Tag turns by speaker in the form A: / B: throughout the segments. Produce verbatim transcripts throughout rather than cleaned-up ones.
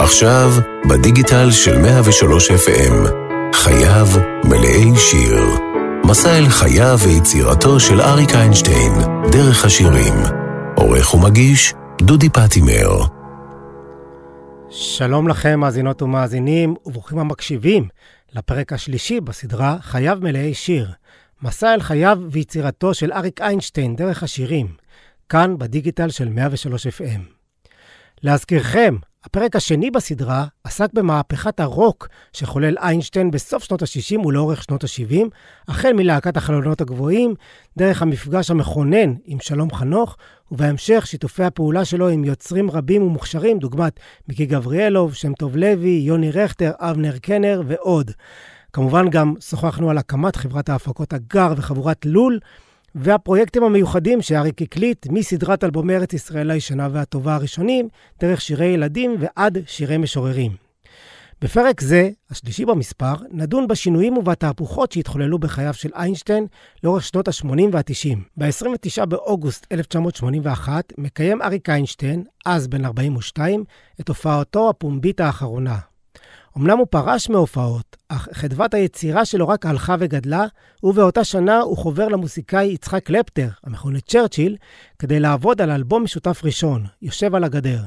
A: עכשיו, בדיגיטל של מאה ושלוש אף אם, חייו מלאי שיר. מסע אל חייו ויצירתו של אריק איינשטיין, דרך השירים. עורך ומגיש, דודי פטימר.
B: שלום לכם, מאזינות ומאזינים, וברוכים המקשיבים לפרק השלישי בסדרה חייו מלאי שיר. מסע אל חייו ויצירתו של אריק איינשטיין, דרך השירים. כאן בדיגיטל של מאה ושלוש אף אם. להזכירכם, הפרק השני בסדרה עסק במהפכת הרוק שחולל איינשטיין בסוף שנות ה-שישים ולאורך שנות ה-שבעים, החל מלהקת החלונות הגבוהים, דרך המפגש המכונן עם שלום חנוך, ובהמשך שיתופי הפעולה שלו עם יוצרים רבים ומוכשרים, דוגמת מיקי גבריאלוב, שם טוב לוי, יוני רכטר, אבנר קנר ועוד. כמובן גם שוחחנו על הקמת חברת ההפקות הגר וחבורת לול, והפרויקטים המיוחדים שאריק הקליט מסדרת אלבומי ארץ ישראל הישנה והטובה הראשונים, דרך שירי ילדים ועד שירי משוררים. בפרק זה, השלישי במספר, נדון בשינויים ובתהפוכות שהתחוללו בחייו של איינשטיין לאורך שנות ה-שמונים וה-תשעים. ב-עשרים ותשעה באוגוסט אלף תשע מאות שמונים ואחת מקיים אריק איינשטיין, אז בן ארבעים ושתיים, את הופעתו הפומבית האחרונה. אמנם הוא פרש מהופעות, אך חדוות היצירה שלו רק הלכה וגדלה, ובאותה שנה הוא חובר למוסיקאי יצחק קלפטר, המכונה צ'רצ'יל, כדי לעבוד על אלבום משותף ראשון, יושב על הגדר.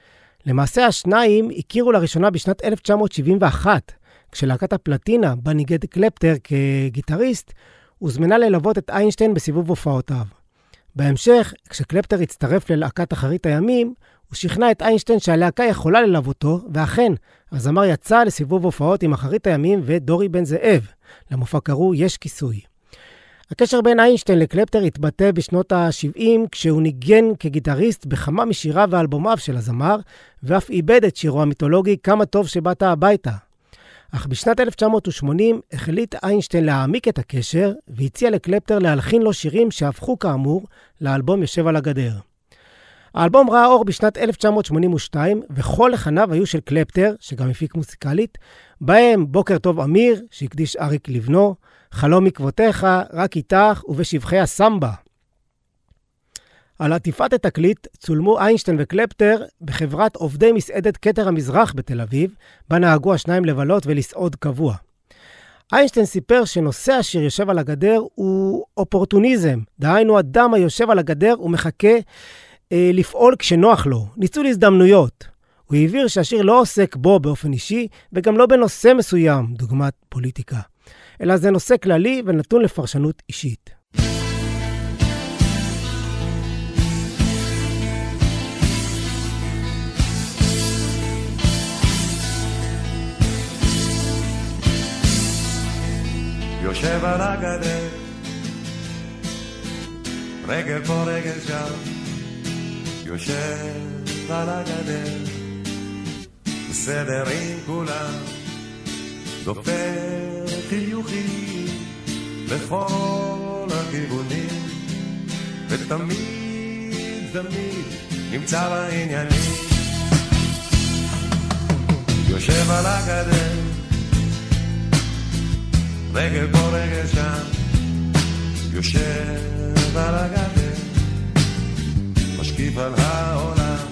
B: למעשה השניים הכירו לראשונה בשנת אלף תשע מאות שבעים ואחת, כשלהקת הפלטינה, בה ניגד קלפטר כגיטריסט, הוזמנה ללוות את איינשטיין בסיבוב הופעותיו. בהמשך, כשקלפטר הצטרף ללהקת אחרית הימים, הוא שכנע את איינשטיין שהלהקה יכולה ללוותו, ואכן, הזמר יצא לסיבוב הופעות עם אחרית הימים ודורי בן זאב. למופע קראו יש כיסוי. הקשר בין איינשטיין לקלפטר התבטא בשנות ה-שבעים, כשהוא ניגן כגיטריסט בכמה משיריו ואלבומיו של הזמר, ואף איבד את שירו המיתולוגי כמה טוב שבאת הביתה. אך בשנת אלף תשע מאות שמונים החליט איינשטיין להעמיק את הקשר, והציע לקלפטר להלחין לו שירים שהפכו כאמור לאלבום יושב על הגדר. האלבום ראה אור בשנת אלף תשע מאות שמונים ושתיים, וכל לחניו היו של קלפטר, שגם הפיק מוסיקלית, בהם בוקר טוב אמיר, שהקדיש אריק לבנו, חלום עקבותיך, רק איתך ובשבחי הסמבה. על עטיפת התקליט צולמו איינשטיין וקלפטר בחברת עובדי מסעדת כתר המזרח בתל אביב, בה נהגו השניים לבלות ולסעוד קבוע. איינשטיין סיפר שנושא השיר יושב על הגדר הוא אופורטוניזם, דהיינו אדם היושב על הגדר ומחכה לפעול כשנוח לו, ניצול הזדמנויות. הוא הבהיר שהשיר לא עוסק בו באופן אישי, וגם לא בנושא מסוים, דוגמת פוליטיקה, אלא זה נושא כללי ונתון לפרשנות אישית.
C: יושב על הגדר, רגל פה רגל שם, יושב על הגדר, בסדר עם כולם, דופק חיוכים לכל הכיוונים, ותמיד תמיד נמצא בעניינים. יושב על הגדר, רגל פה רגל שם, יושב על הגדר, משקיף על העולם,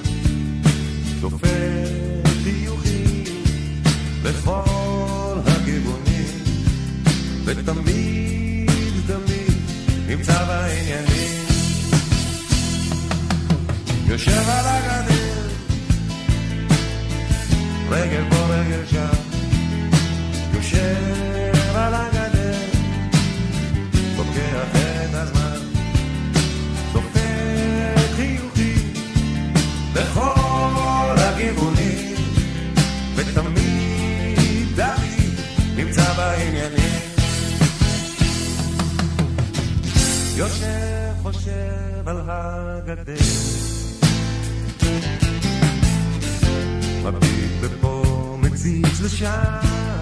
C: דופק חיוכים לכל הכיוונים, ותמיד תמיד נמצא בעניינים. יושב על הגדר, רגל פה רגל שם, יושב על הגדר, לוקח את הזמן, דופק חיוכים לכל הכיוונים, ותמיד תמיד נמצא בעניינים. יושב חושב על הגדר, מביט בפה מציץ לשם,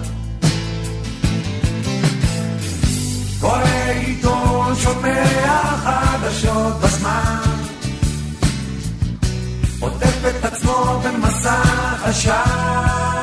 C: קורא עיתון, שומע חדשות בזמן, עוטף את עצמו במסך עשן.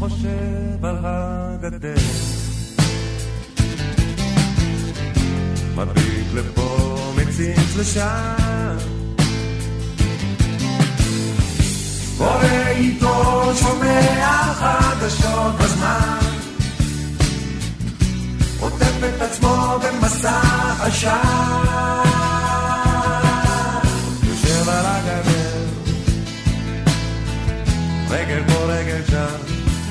C: חושב על הגדר, מביט לפה מציץ לשם, קורא עיתון, שומע חדשות בזמן, עוטף את עצמו במסך עשן, יושב על הגדר, רגל פה רגל שם,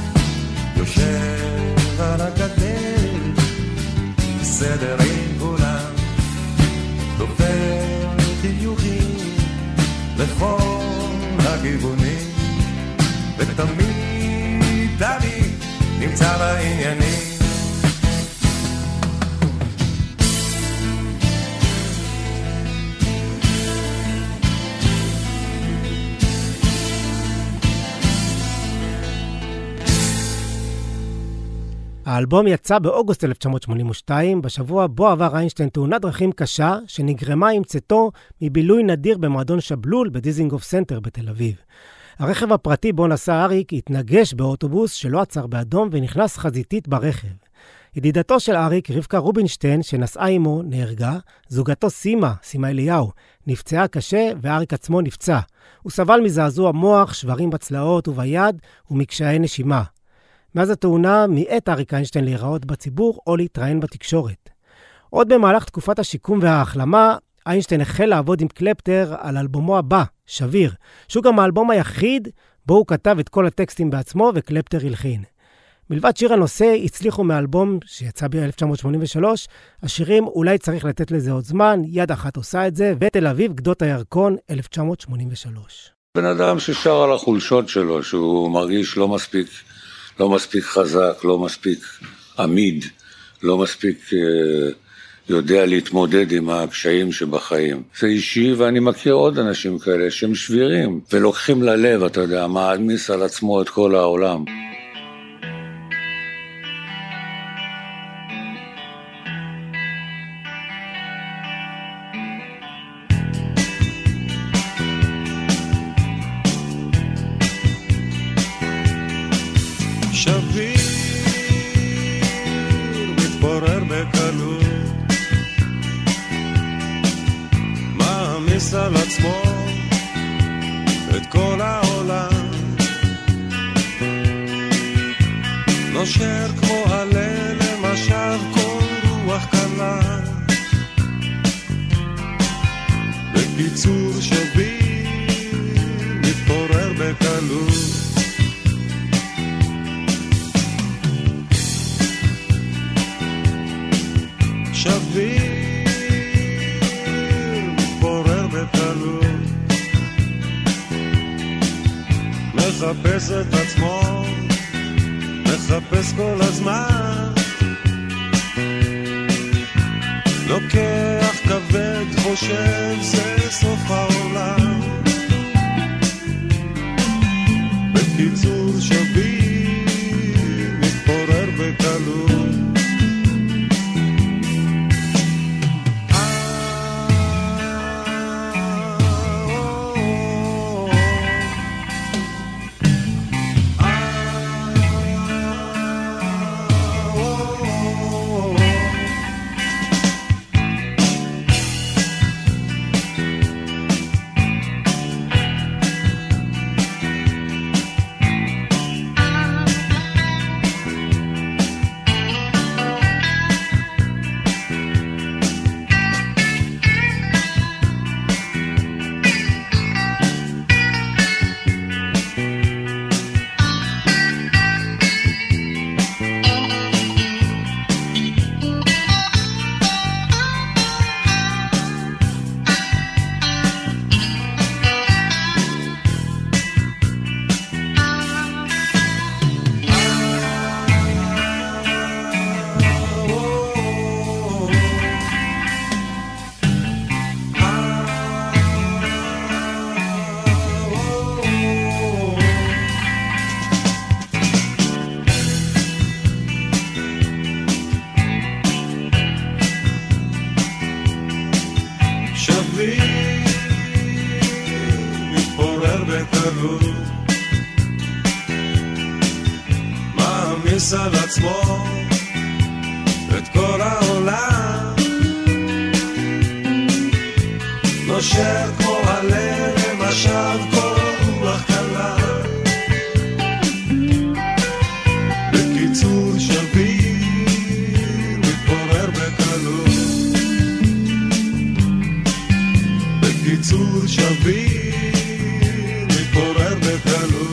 C: יושב על הגדר, בסדר עם כולם, דופק חיוכים לכל הכיוונים, ותמיד תמיד נמצא בעניינים.
B: האלבום יצא באוגוסט אלף תשע מאות שמונים ושתיים, בשבוע בו עבר איינשטיין תאונת דרכים קשה, שנגרמה עם צאתו מבילוי נדיר במועדון שבלול בדיזינגוף סנטר בתל אביב. הרכב הפרטי בו נסע אריק התנגש באוטובוס שלא עצר באדום ונכנס חזיתית ברכב. ידידתו של אריק, רבקה רובינשטיין, שנסעה עמו, נהרגה, זוגתו סימה, סימה אליהו, נפצעה קשה ואריק עצמו נפצע. הוא סבל מזעזוע מוח, שברים בצלעות וביד ומקשיי נשימה. מאז התאונה מיעט אריק איינשטיין להיראות בציבור או להתראיין בתקשורת. עוד במהלך תקופת השיקום וההחלמה, איינשטיין החל לעבוד עם קלפטר על אלבומו הבא, שביר, שהוא גם האלבום היחיד בו הוא כתב את כל הטקסטים בעצמו וקלפטר הלחין. מלבד שיר הנושא, הצליחו מאלבום שיצא ב-אלף תשע מאות שמונים ושלוש, השירים אולי צריך לתת לזה עוד זמן, יד אחת עושה את זה, ותל אביב גדות הירקון, אלף תשע מאות שמונים ושלוש.
D: בן אדם ששר על החולשות שלו, שהוא מרגיש לא מספיק לא מספיק חזק, לא מספיק עמיד, לא מספיק אה, יודע להתמודד עם הקשיים שבחיים. זה אישי, ואני מכיר עוד אנשים כאלה שהם שבירים, ולוקחים ללב, אתה יודע, מעמיס על עצמו את כל העולם.
C: על עצמו את כל העולם, נושר כמו עלה למשב כל רוח קלה, בקיצור שביר מתפורר בקלות, שביר מחפש את עצמו, מחפש כל הזמן, לוקח כבד, חושב זה סוף העולם, בקיצור שביר מתפורר בקלות. העמיס על עצמו את כל העולם, נושר כמו הלב משב כל רוח קלה. בקיצור שביר מתפורר בקלות, בקיצור שביר מתפורר בקלות.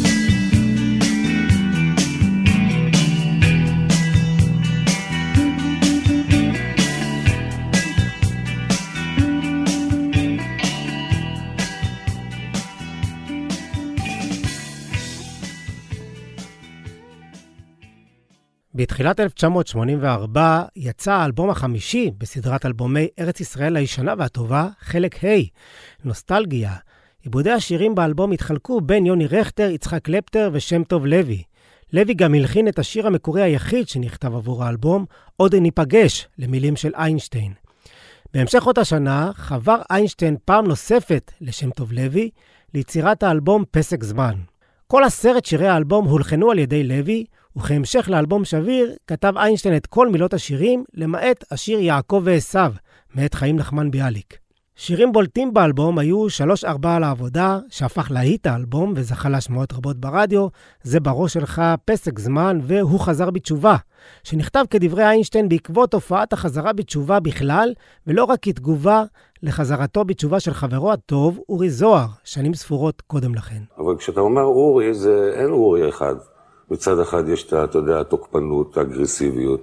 B: בתחילת אלף תשע מאות שמונים וארבע יצא האלבום החמישי בסדרת אלבומי ארץ ישראל הישנה והטובה, חלק ה', נוסטלגיה. עיבודי השירים באלבום התחלקו בין יוני רכטר, יצחק קלפטר ושם טוב לוי. לוי גם הלחין את השיר המקורי היחיד שנכתב עבור האלבום, עוד ניפגש, למילים של איינשטיין. בהמשך אותה שנה חבר איינשטיין פעם נוספת לשם טוב לוי ליצירת האלבום פסק זמן. כל עשרת שירי האלבום הולחנו על ידי לוי, וכהמשך לאלבום שביר כתב איינשטיין את כל מילות השירים, למעט השיר יעקב ועשיו, מאת חיים נחמן ביאליק. שירים בולטים באלבום היו שלוש ארבע על העבודה, שהפך להיט האלבום וזכה להשמעות רבות ברדיו, זה בראש שלך, פסק זמן והוא חזר בתשובה, שנכתב כדברי איינשטיין בעקבות הופעת החזרה בתשובה בכלל, ולא רק כתגובה לחזרתו בתשובה של חברו הטוב, אורי זוהר, שנים ספורות קודם לכן.
E: אבל כשאתה אומר אורי, זה אין אורי אחד. מצד אחד יש את, אתה יודע, התוקפנות, האגרסיביות,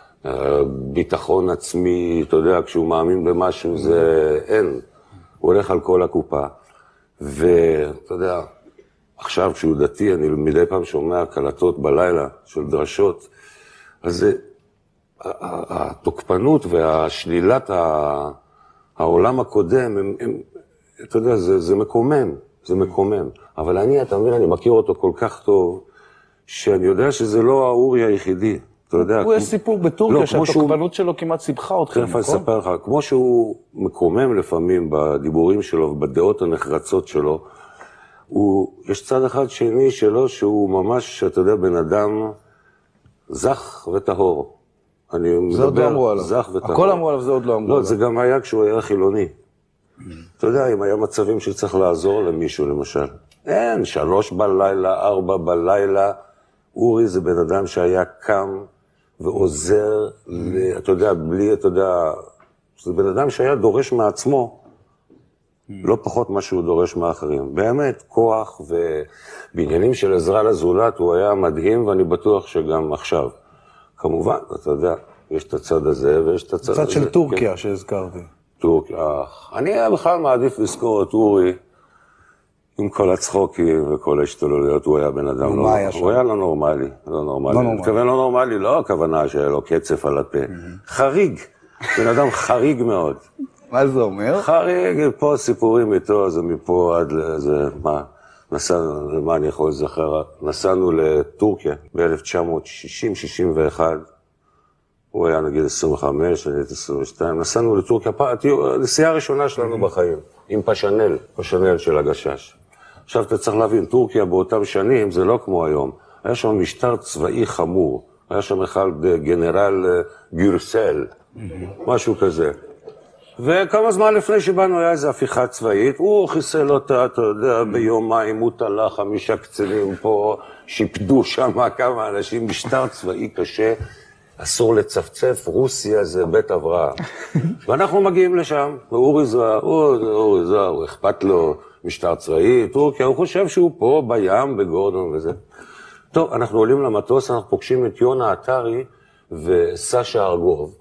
E: ביטחון עצמי, אתה יודע, כשהוא מאמין במשהו, זה אין. הוא הולך על כל הקופה. ואתה יודע, עכשיו כשהוא דתי, אני מדי פעם שומע קלטות בלילה של דרשות, אז זה, התוקפנות והשלילת העולם הקודם, הם, הם, אתה יודע, זה, זה מקומם, זה מקומם. אבל אני, אתה מבין, אני מכיר אותו כל כך טוב, שאני יודע שזה לא האורי היחידי. אתה יודע,
F: הוא יש סיפור בטורקיה, שהתוקפנות שלו כמעט סיבכה אתכם,
E: נכון? תכף אני אספר לך, כמו שהוא מקומם לפעמים בדיבורים שלו ובדעות הנחרצות שלו, הוא, יש צד אחד שני שלו שהוא ממש, אתה יודע, בן אדם זך וטהור. אני
F: זה עוד לא אמרו עליו.
E: זך וטהור.
F: הכל אמרו עליו, זה עוד לא אמרו עליו.
E: לא, זה גם היה כשהוא היה חילוני. אתה יודע, אם היה מצבים שצריך לעזור למישהו, למשל. אין, שלוש בלילה, ארבע בלילה, אורי זה בן אדם שהיה קם ועוזר, אתה יודע, בלי, אתה יודע, זה בן אדם שהיה דורש מעצמו, לא פחות מה שהוא דורש מאחרים. באמת, כוח ובעניינים של עזרה לזולת, הוא היה מדהים, ואני בטוח שגם עכשיו. כמובן, אתה יודע, יש את הצד הזה ויש את הצד הזה.
F: הצד של טורקיה שהזכרתי.
E: טורקיה. אני בכלל מעדיף לזכור את אורי, עם כל הצחוקים וכל ההשתוללויות, הוא היה בן אדם לא... הוא היה לא נורמלי, לא נורמלי. אני מתכוון לא נורמלי, לא הכוונה שהיה לו קצף על הפה. חריג, בן אדם חריג מאוד.
F: מה זה אומר?
E: חריג, פה סיפורים איתו, זה מפה עד לזה, מה, נסענו, מה אני יכול לזכר? נסענו לטורקיה ב-אלף תשע מאות שישים שישים ואחת, הוא היה נגיד עשרים וחמש, אני הייתי עשרים ושתיים, נסענו לטורקיה, נסיעה הראשונה שלנו בחיים, עם פשנל, פשנל של הגשש. עכשיו אתה צריך להבין, טורקיה באותם שנים זה לא כמו היום, היה שם משטר צבאי חמור, היה שם אחד גנרל גירסל, משהו כזה. וכמה זמן לפני שבאנו היה איזו הפיכה צבאית, הוא חיסל אותה, אתה יודע, ביומיים הוא תלה חמישה קצינים פה, שיפדו שם כמה אנשים, משטר צבאי קשה, אסור לצפצף, רוסיה זה בית הבראה. ואנחנו מגיעים לשם, ואורי זוהר, אורי זוהר, הוא אכפת לו משטר צבאי, טורקיה, הוא חושב שהוא פה בים, בגורדון וזה. טוב, אנחנו עולים למטוס, אנחנו פוגשים את יונה עטרי וסשה ארגוב.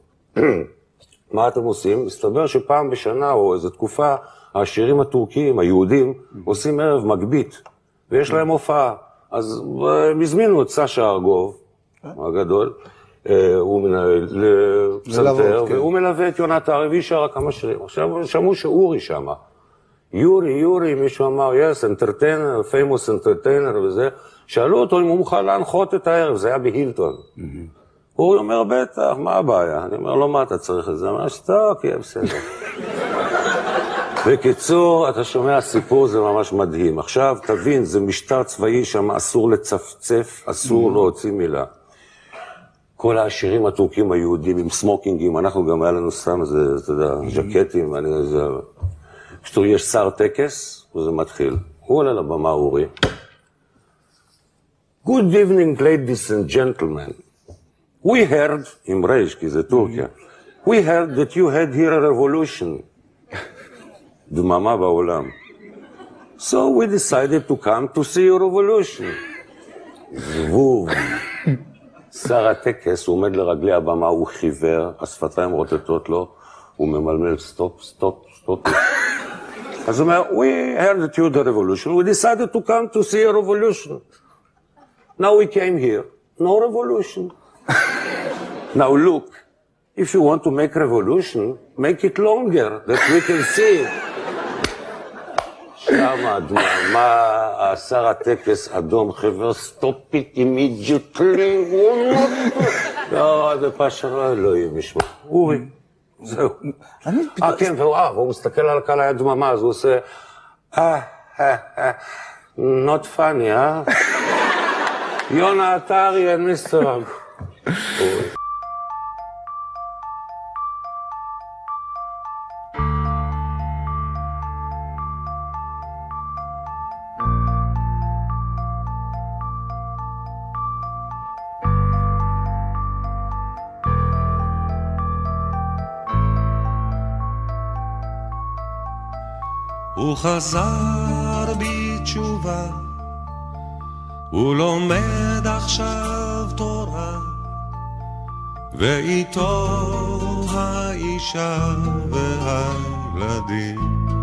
E: מה אתם עושים? מסתבר שפעם בשנה או איזו תקופה, השירים הטורקיים, היהודים, עושים ערב מגבית, ויש להם הופעה. אז הם הזמינו את סשה ארגוב, הגדול, הוא מנהל לפסנתר, והוא מלווה את יונה עטרי והיא שרה כמה שירים. עכשיו שמעו שאורי שמה. יורי, יורי, מישהו אמר, yes, entertainer, famous entertainer וזה. שאלו אותו אם הוא מוכן להנחות את הערב, זה היה בהילטון. אורי אומר, בטח, מה הבעיה? אני אומר, לא, מה אתה צריך את זה? אמר, שתוק, יהיה בסדר. בקיצור, אתה שומע סיפור, זה ממש מדהים. עכשיו, תבין, זה משטר צבאי שם, אסור לצפצף, אסור להוציא מילה. כל השירים הטורקים היהודים עם סמוקינגים, אנחנו גם היה לנו סתם איזה, אתה יודע, ז'קטים, אני איזה... כשתו יש שר טקס, וזה מתחיל. הוא עולה לבמה, אורי. Good evening, ladies and gentlemen. We heard, עם רייש, כי זה טורקיה, we heard that you had here a revolution. דממה בעולם. So we decided to come to see your revolution. זבוב. שר הטקס, הוא עומד לרגלי הבמה, הוא חיוור, השפתיים רוטטות לו, הוא ממלמל סטופ, סטופ, סטופ. אז הוא אומר, we heard that you had a revolution, we decided to come to see a revolution. Now we came here, no revolution. Now look, if you want to make revolution, make it longer, that we can see. שמה הדממה, שר הטקס אדום, חבר, stop it immediately. לא, זה פשוט לא יהיה משמע. אורי, זהו. אה, כן, והוא מסתכל על הקהל הדממה, אז הוא עושה, אה, אה, אה, not funny, אה? יונה אתרי, אין מיסטר.
C: הוא חזר בתשובה, הוא לומד עכשיו תורה, ואיתו האישה והילדים.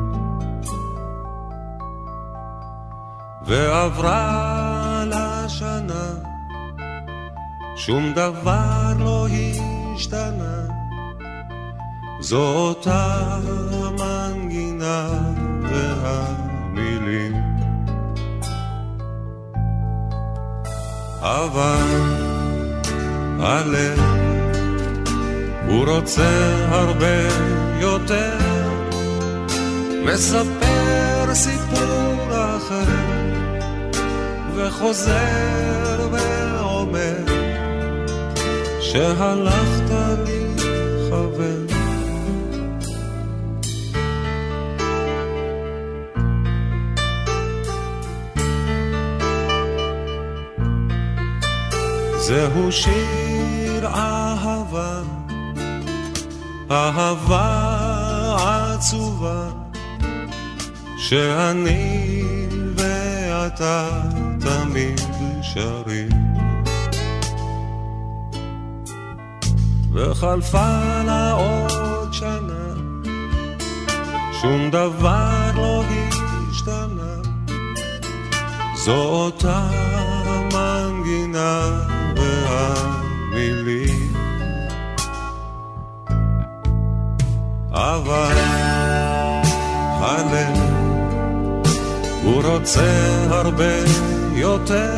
C: ועברה לשנה, שום דבר לא השתנה, זו אותה מנגינה והמילים. אבל הלב הוא רוצה הרבה יותר, מספר סיפור אחר וחוזר ואומר שהלכת לי חבר. זהו שיר אהבה, אהבה עצובה, שאני ואתה תמיד שרים. וחלפה לה עוד שנה, שום דבר לא השתנה, זו אותה מנגינה והמילים. אבל הלב הוא רוצה הרבה יותר,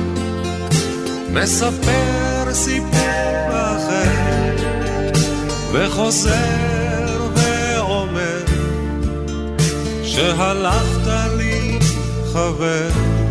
C: מספר סיפור אחר וחוזר ואומר שהלכת לי חבר.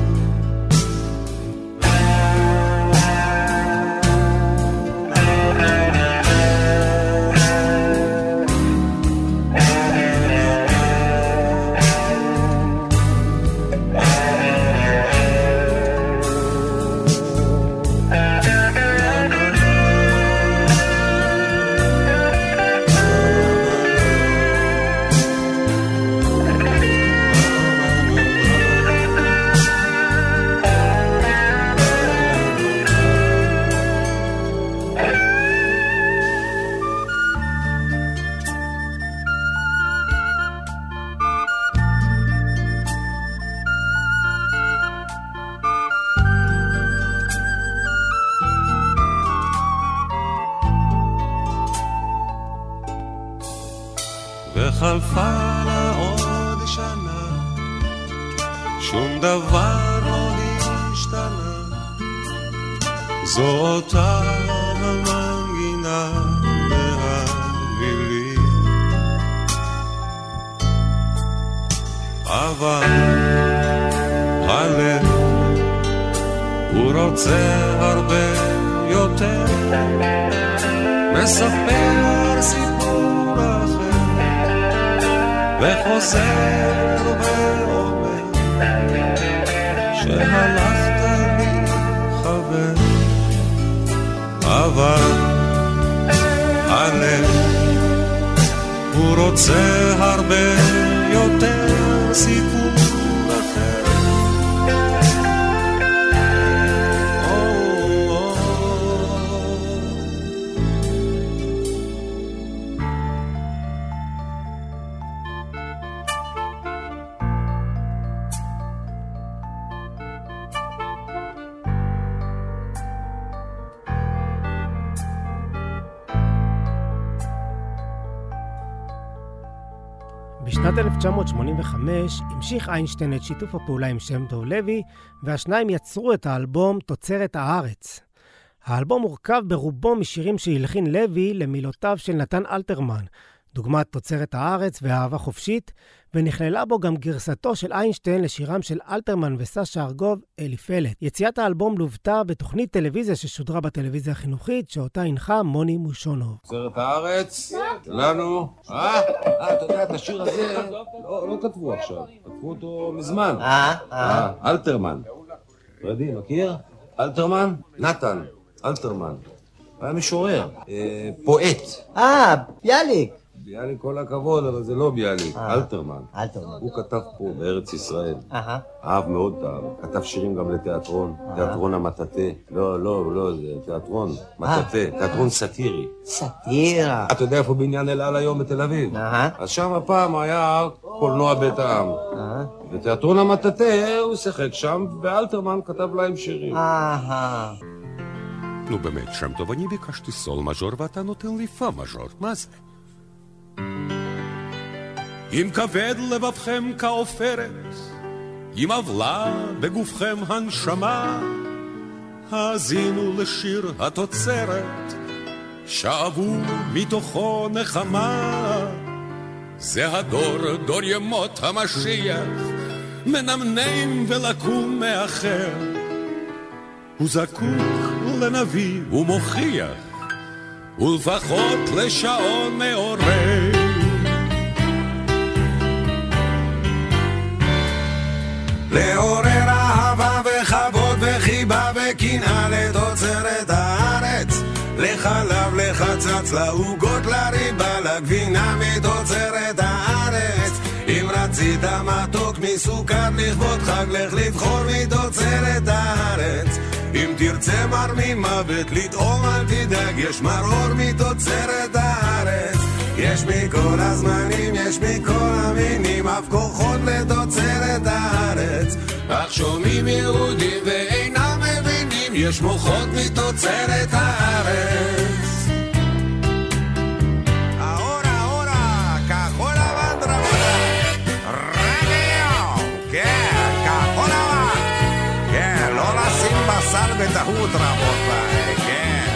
C: וחלפה לה עוד שנה, שום דבר לא השתנה, זו אותה המנגינה והמילים. אבל הלב הוא רוצה הרבה יותר, מספר סיפור אחר וחוזר ואומר שהלכת לי חבר, אבל הלב הוא רוצה הרבה יותר סיפור אחר.
B: בשנת אלף תשע מאות שמונים וחמש המשיך איינשטיין את שיתוף הפעולה עם שם טוב לוי, והשניים יצרו את האלבום תוצרת הארץ. האלבום מורכב ברובו משירים שהלחין לוי למילותיו של נתן אלתרמן, דוגמת תוצרת הארץ ואהבה חופשית, ונכללה בו גם גרסתו של איינשטיין לשירם של אלתרמן וסשה ארגוב, אליפלת. יציאת האלבום לוותה בתוכנית טלוויזיה ששודרה בטלוויזיה החינוכית, שאותה הנחה מוני מושונוב.
G: תוצרת הארץ, לנו. אה, אה, אתה יודע, את השיר הזה לא כתבו עכשיו, כתבו אותו מזמן. אה, אה. אלתרמן. רדי, מכיר? אלתרמן? נתן, אלתרמן. היה משורר, פואט.
H: אה, ביאליק.
G: ביאליק כל הכבוד, אבל זה לא ביאליק, אלתרמן.
H: אלתרמן.
G: הוא כתב פה בארץ ישראל. אהב מאוד אהב. כתב שירים גם לתיאטרון, תיאטרון המטאטה. לא, לא, לא, זה תיאטרון, מטאטה, תיאטרון סאטירי.
H: סאטירה.
G: אתה יודע איפה בניין אל על היום בתל אביב? אז שם הפעם היה קולנוע בית העם. ותיאטרון המטאטה הוא שיחק שם, ואלתרמן כתב להם שירים.
H: אהה.
I: נו באמת, שם טוב, אני ביקשתי סול מז'ור ואתה נותן לי פה מז'ור, מה זה?
C: אם כבד לבבכם כעופרת, אם עבלה בגופכם הנשמה, האזינו לשיר התוצרת, שאבו מתוכו נחמה. זה הדור, דור ימות המשיח, מנמנם ולקום מאחר. הוא זקוק לנביא ומוכיח, ולפחות לשעון מעורר. לעורר אהבה וכבוד וחיבה וקנאה לתוצרת הארץ, לחלב, לחצץ, לעוגות, לריבה, לגבינה מתוצרת הארץ. אם רצית מתוק מסוכר לכבוד חג, לך לבחור מתוצרת הארץ. אם תרצה מר ממוות לטעום אל תדאג, יש מרור מתוצרת הארץ. יש מכל הזמנים, יש מכל המינים, אף כוחות לתוצרת הארץ. אך שומעים יהודים ואינם מבינים, יש מוחות מתוצרת הארץ. ahora, ahora, כחול לבן דרמדה, רדיו, כן, כחול לבן, כן, לא לשים בשר בטעות רבותיי, כן.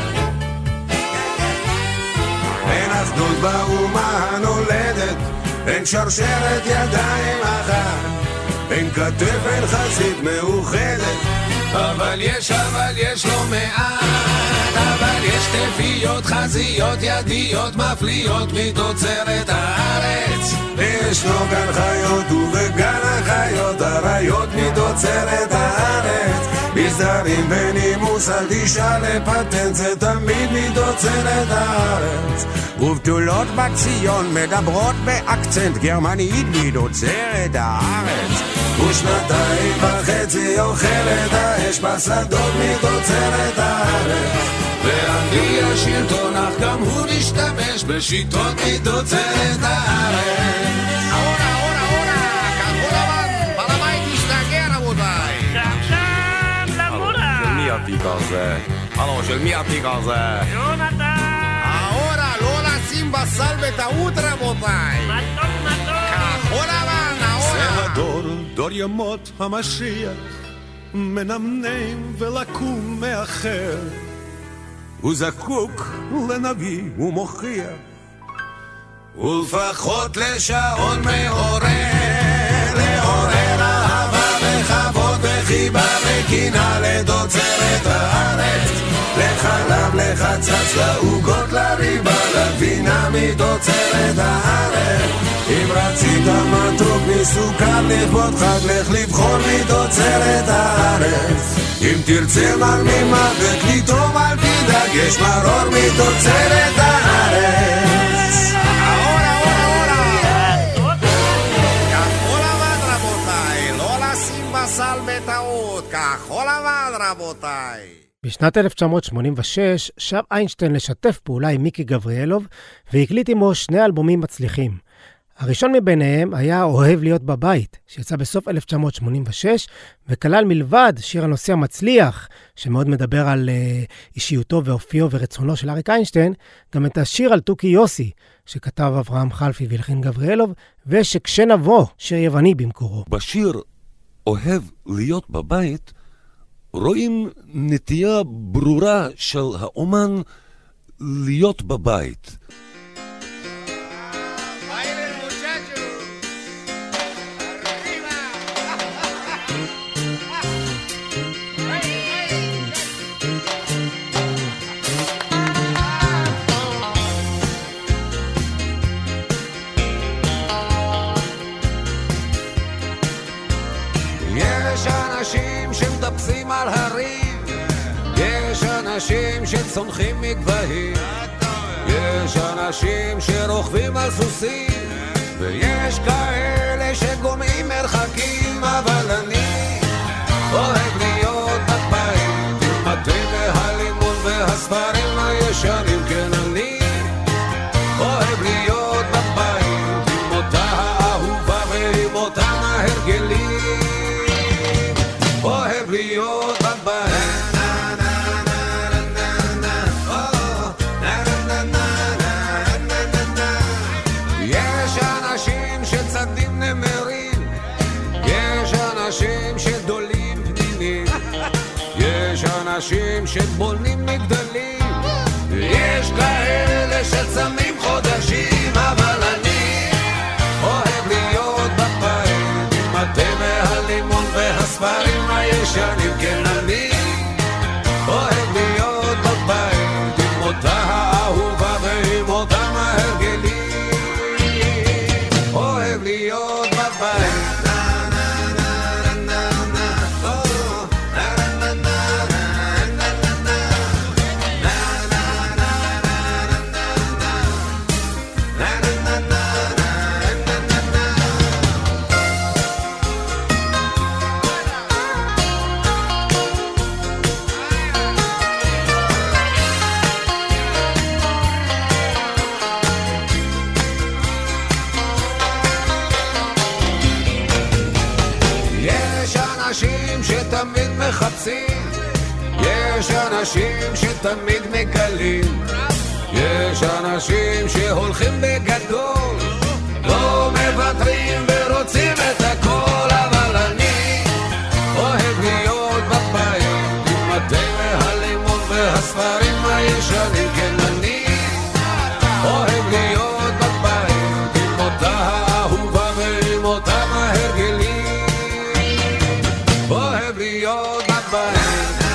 C: אין אחדות באומה הנולדת, אין שרשרת ידיים אחת, אין כתף, אין חזית מאוחדת, אבל יש, אבל יש לא מעט, אבל יש תפיות, חזיות, ידיות, מפליות מתוצרת הארץ. ישנו גן חיות ובגן החיות, הריות מתוצרת הארץ. בסדרים ונימוס אל תשאל לפטנט, זה תמיד מתוצרת הארץ. ובתולות בציון מדברות באקצנט גרמנית מתוצרת הארץ. ושנתיים וחצי אוכלת האש בשדות מתוצרת הארץ. ואנגלי השלטון אך גם הוא משתמש בשיטות מתוצרת הארץ. אורה, אורה, אורה, כחול לבן, בעל הבית משתגע רבותיי.
J: שעכשיו למורה.
G: של מי התיק הזה? הלו, של מי התיק הזה?
J: יונתן.
G: אורה, לא לשים בשר בטעות רבותיי.
J: מתוק מתוק.
G: כחול לבן, אורה.
C: זה הדור, דור ימות המשיח, מנמנם ולקום מאחר. הוא זקוק לנביא ומוכיח, ולפחות לשעון מעורר, לעורר אהבה וכבוד וחיבה וקנאה לתוצרת הארץ. לחלב, לחצץ,
K: לחמוץ, לעוגות, לריבה, לגבינה מתוצרת הארץ. אם רצית מתוק מסוכר לכבוד חג, לך לבחור מתוצרת הארץ. אם תרצה מר ממוות לתרום אל תדאג, יש מרור מתוצרת הארץ.
C: אורה אורה אורה כחול לבן רבותיי, לא לשים בסל בטעות, כחול לבן רבותיי.
B: בשנת אלף תשע מאות שמונים ושש שב איינשטיין לשתף פעולה עם מיקי גבריאלוב והקליט עמו שני אלבומים מצליחים. הראשון מביניהם היה אוהב להיות בבית, שיצא בסוף אלף תשע מאות שמונים ושש, וכלל מלבד שיר הנושא המצליח, שמאוד מדבר על uh, אישיותו ואופיו ורצונו של אריק איינשטיין, גם את השיר על תוכי יוסי, שכתב אברהם חלפי והלחין גבריאלוב, ושכשנבוא, שיר יווני במקורו.
I: בשיר אוהב להיות בבית, רואים נטייה ברורה של האומן להיות בבית.
K: יש אנשים שמטפסים על הרים, יש אנשים שצונחים מגבהים, יש אנשים שרוכבים על סוסים, ויש כאלה שגומעים מרחקים, אבל אני אוהב להיות בבית עם התה והלימון והספרים הישנים. כן, אני אוהב להיות בבית עם אותה האהובה ועם אותם ההרגלים. אוהב להיות בבית, יש אנשים שצדים נמרים, יש אנשים שדולים פנינים, יש אנשים שבונים מגדלים, יש כאלה שצמים חודשים, אבל אני אוהב להיות בבית עם התה והלימון והספרים הישנים. כן, אני אוהב להיות בבית עם אותה האהובה ועם אותם ההרגלים. אוהב להיות בבית, שתמיד מחפשים, יש אנשים שתמיד מקלים, יש אנשים שהולכים בגדול, לא מוותרים ורוצים את הכל, אבל אני אוהב להיות בבית עם התה והלימון והספרים הישנים. כן, אני אוהב להיות בבית עם אותה האהובה ועם אותם ההרגלים. אוהב להיות בבית,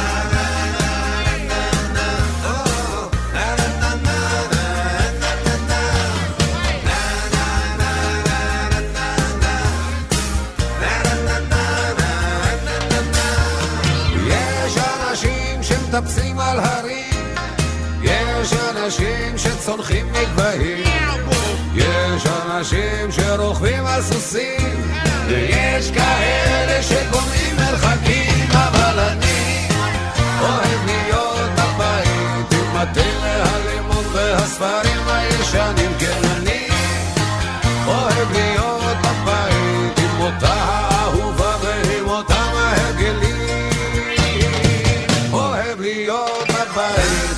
K: יש אנשים שמטפסים על הרים, יש אנשים שצונחים מגבהים, יש אנשים שרוכבים על סוסים, ויש כאלה שגומעים מרחקים, אבל אני אוהב להיות בבית עם התה והלימון והספרים הישנים. כן, אני אוהב להיות בבית עם אותה האהובה ועם אותם ההרגלים. אוהב להיות בבית,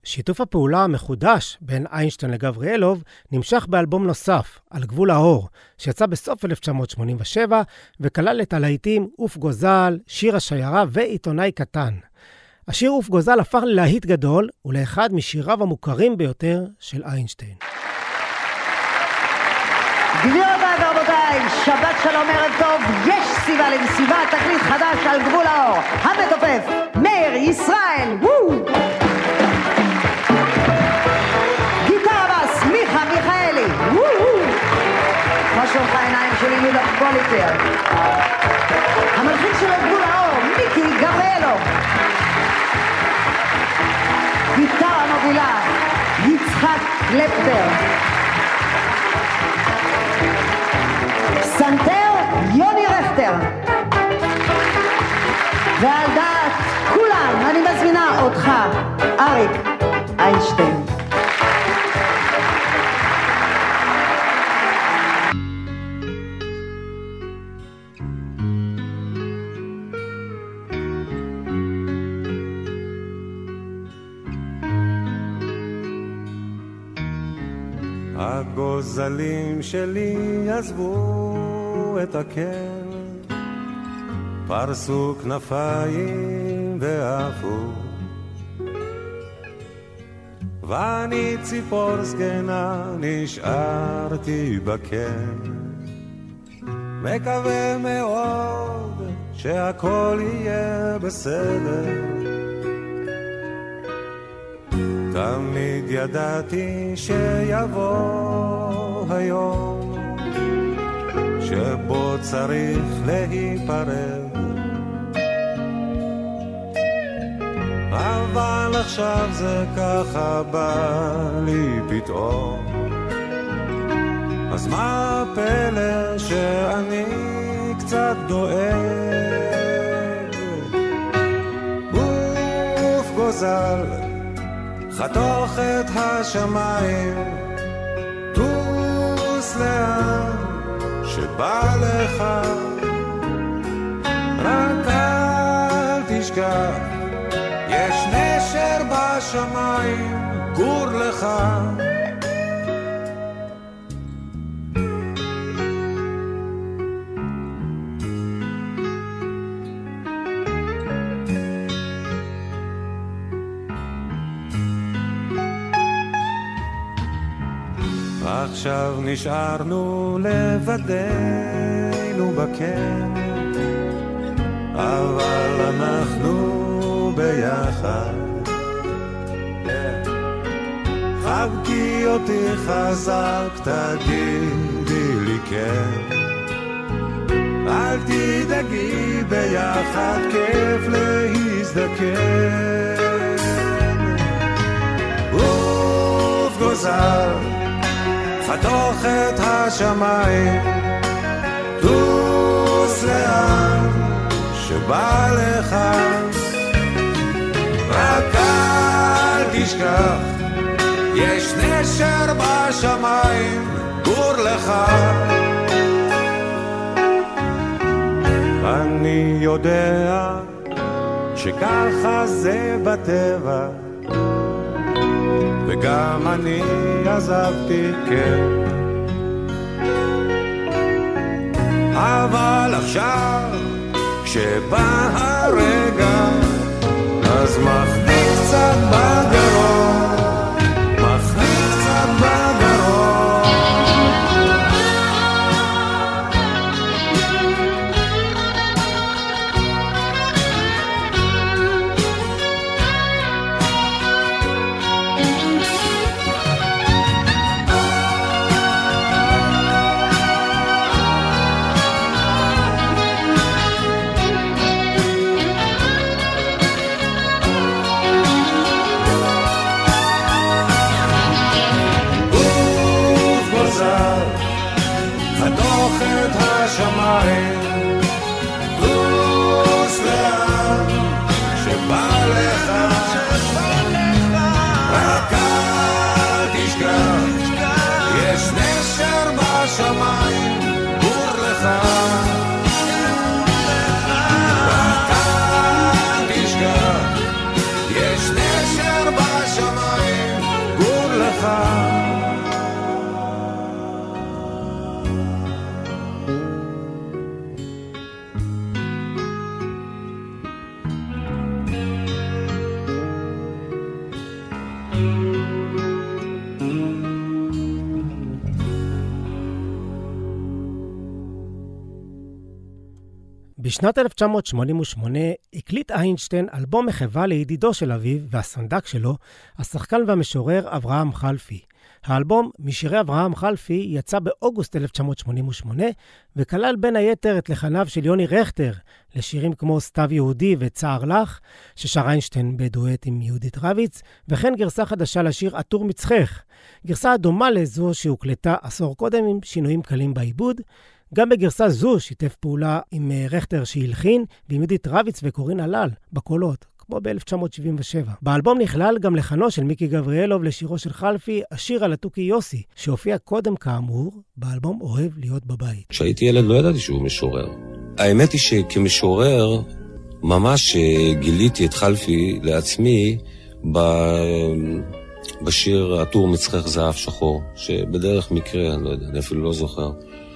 B: שיתוף הפעולה המחודש בין איינשטיין לגבריאלוב נמשך באלבום נוסף, על גבול האור, שיצא בסוף אלף תשע מאות שמונים ושבע, וכלל את הלהיטים אוף גוזל, שיר השיירה ועיתונאי קטן. השיר אוף גוזל הפך ללהיט גדול, ולאחד משיריו המוכרים ביותר של איינשטיין.
L: גבירותיי ורבותיי, שבת שלום ערב טוב, יש סיבה למסיבה, תקליט חדש על גבול האור, המתופף, מאיר ישראל, וואו! גיטרה בס, מיכה מיכאלי, וואו! מה שלומך העיניים שלי יהודה פוליטר? המלחין של גבול האור, מיקי גבריאלוב. גיטרה מובילה, יצחק קלפטר. סנטר, יוני רכטר. ועל דעת כולם, אני מזמינה אותך, אריק איינשטיין.
K: הגוזלים שלי עזבו את הקר, פרסו כנפיים ועפו, ואני ציפור זקנה נשארתי בקר, מקווה מאוד שהכל יהיה בסדר. תמיד ידעתי שיבוא היום שבו צריך להיפרד, אבל עכשיו זה ככה בא לי פתאום, אז מה הפלא שאני קצת דואג? אוף גוזל חתוך את השמיים, טוס לאן שבא לך, רק אל תשכח, יש נשר בשמיים, גור לך. עכשיו נשארנו לבדנו בקר, אבל אנחנו ביחד. חבקי אותי חזק, תגידי לי כן, אל תדאגי, ביחד כיף להזדקן. אוף גוזל חתוך את השמיים, טוס לאן שבא לך, רק אל תשכח, יש נשר בשמיים, גור לך. אני יודע שככה זה בטבע, וגם אני עזבתי, כן, אבל עכשיו כשבא הרגע אז מחביא קצת בגרון, מחביא קצת בגרון.
B: בשנת אלף תשע מאות שמונים ושמונה הקליט איינשטיין אלבום מחווה לידידו של אביו והסנדק שלו, השחקן והמשורר אברהם חלפי. האלבום משירי אברהם חלפי יצא באוגוסט אלף תשע מאות שמונים ושמונה, וכלל בין היתר את לחניו של יוני רכטר, לשירים כמו סתיו יהודי וצער לך, ששר איינשטיין בדואט עם יהודית רביץ, וכן גרסה חדשה לשיר עטור מצחך, גרסה דומה לזו שהוקלטה עשור קודם עם שינויים קלים בעיבוד. גם בגרסה זו שיתף פעולה עם רכטר שהלחין, ועם יהודית רביץ וקורין הלל בקולות, כמו ב-אלף תשע מאות שבעים ושבע. באלבום נכלל גם לחנו של מיקי גבריאלוב לשירו של חלפי, השיר על התוכי יוסי, שהופיע קודם כאמור באלבום אוהב להיות בבית.
G: כשהייתי ילד לא ידעתי שהוא משורר. האמת היא שכמשורר ממש גיליתי את חלפי לעצמי ב... בשיר עטור מצחך זהב שחור, שבדרך מקרה, אני לא יודע, אני אפילו לא זוכר.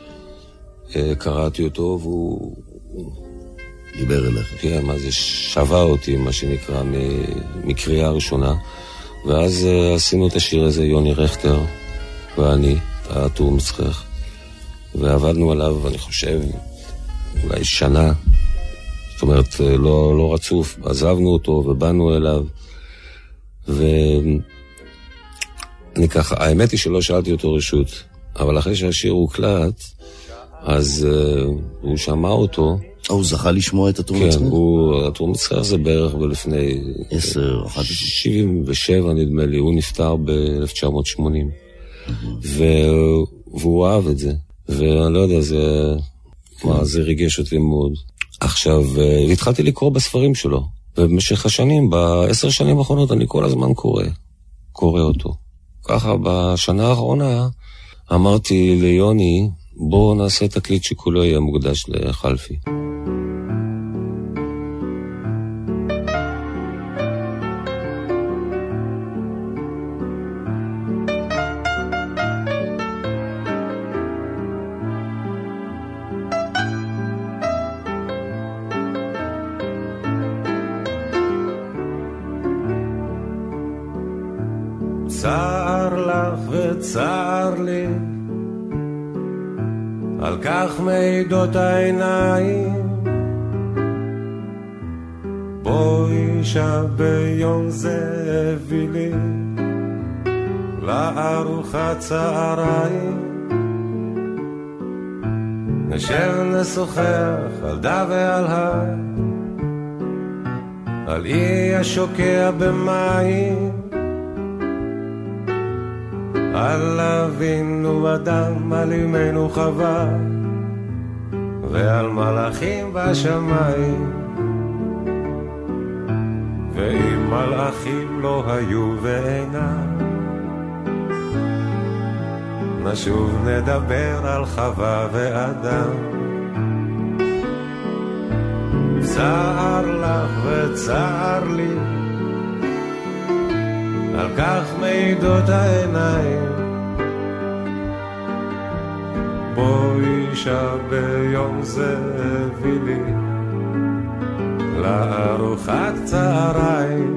G: קראתי אותו והוא
M: דיבר אליך.
G: כן, מה זה שווה אותי, מה שנקרא, מקריאה ראשונה. ואז עשינו את השיר הזה, יוני רכטר ואני, עטור מצחך. ועבדנו עליו, אני חושב, אולי שנה. זאת אומרת, לא, לא רצוף. עזבנו אותו ובאנו אליו. ואני ככה, האמת היא שלא שאלתי אותו רשות. אבל אחרי שהשיר הוקלט, אז uh, הוא שמע אותו.
M: הוא זכה לשמוע את עטור מצחך?
G: כן, הוא, עטור מצחך זה בערך בלפני...
M: עשר, אחת עשרה.
G: שבעים ושבע נדמה לי, הוא נפטר ב-אלף תשע מאות שמונים. והוא אהב את זה. ואני לא יודע, זה... מה, זה ריגש אותי מאוד. עכשיו, התחלתי לקרוא בספרים שלו. ובמשך השנים, בעשר שנים האחרונות, אני כל הזמן קורא. קורא אותו. ככה, בשנה האחרונה, אמרתי ליוני, בואו נעשה תקליט שכולו יהיה מוקדש לחלפי.
K: צער לך וצער לי, על כך מעידות העיניים. בואי שביום זה הביא לי לארוחת צהריים, נשב נשוחח על דה ועל הר, על אי השוקע במים, על אבינו אדם, על אמנו חווה, ועל מלאכים בשמיים. ואם מלאכים לא היו ואינם, נשוב נדבר על חווה ואדם. צער לך וצער לי, על כך מעידות העיניים. בואי שביום זה הביא לי לארוחת צהריים.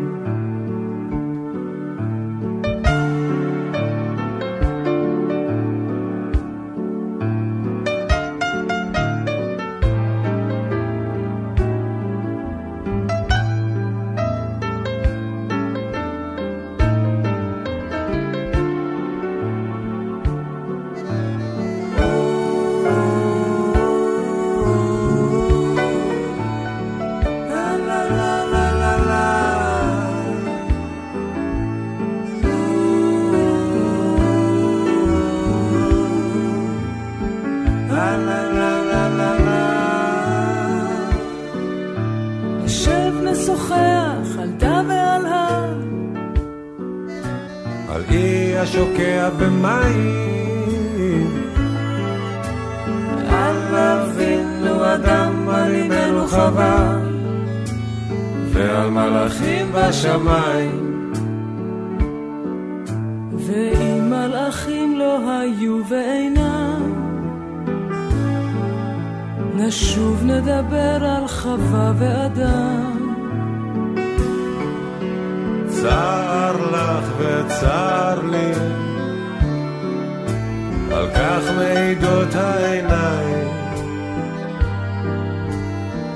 K: שוקע במים, על אבינו אדם, על אמנו חווה, ועל מלאכים בשמיים.
N: ואם מלאכים לא היו ואינם, נשוב נדבר על חווה ואדם.
K: צער לך וצער לי, על כך מעידות העיניים.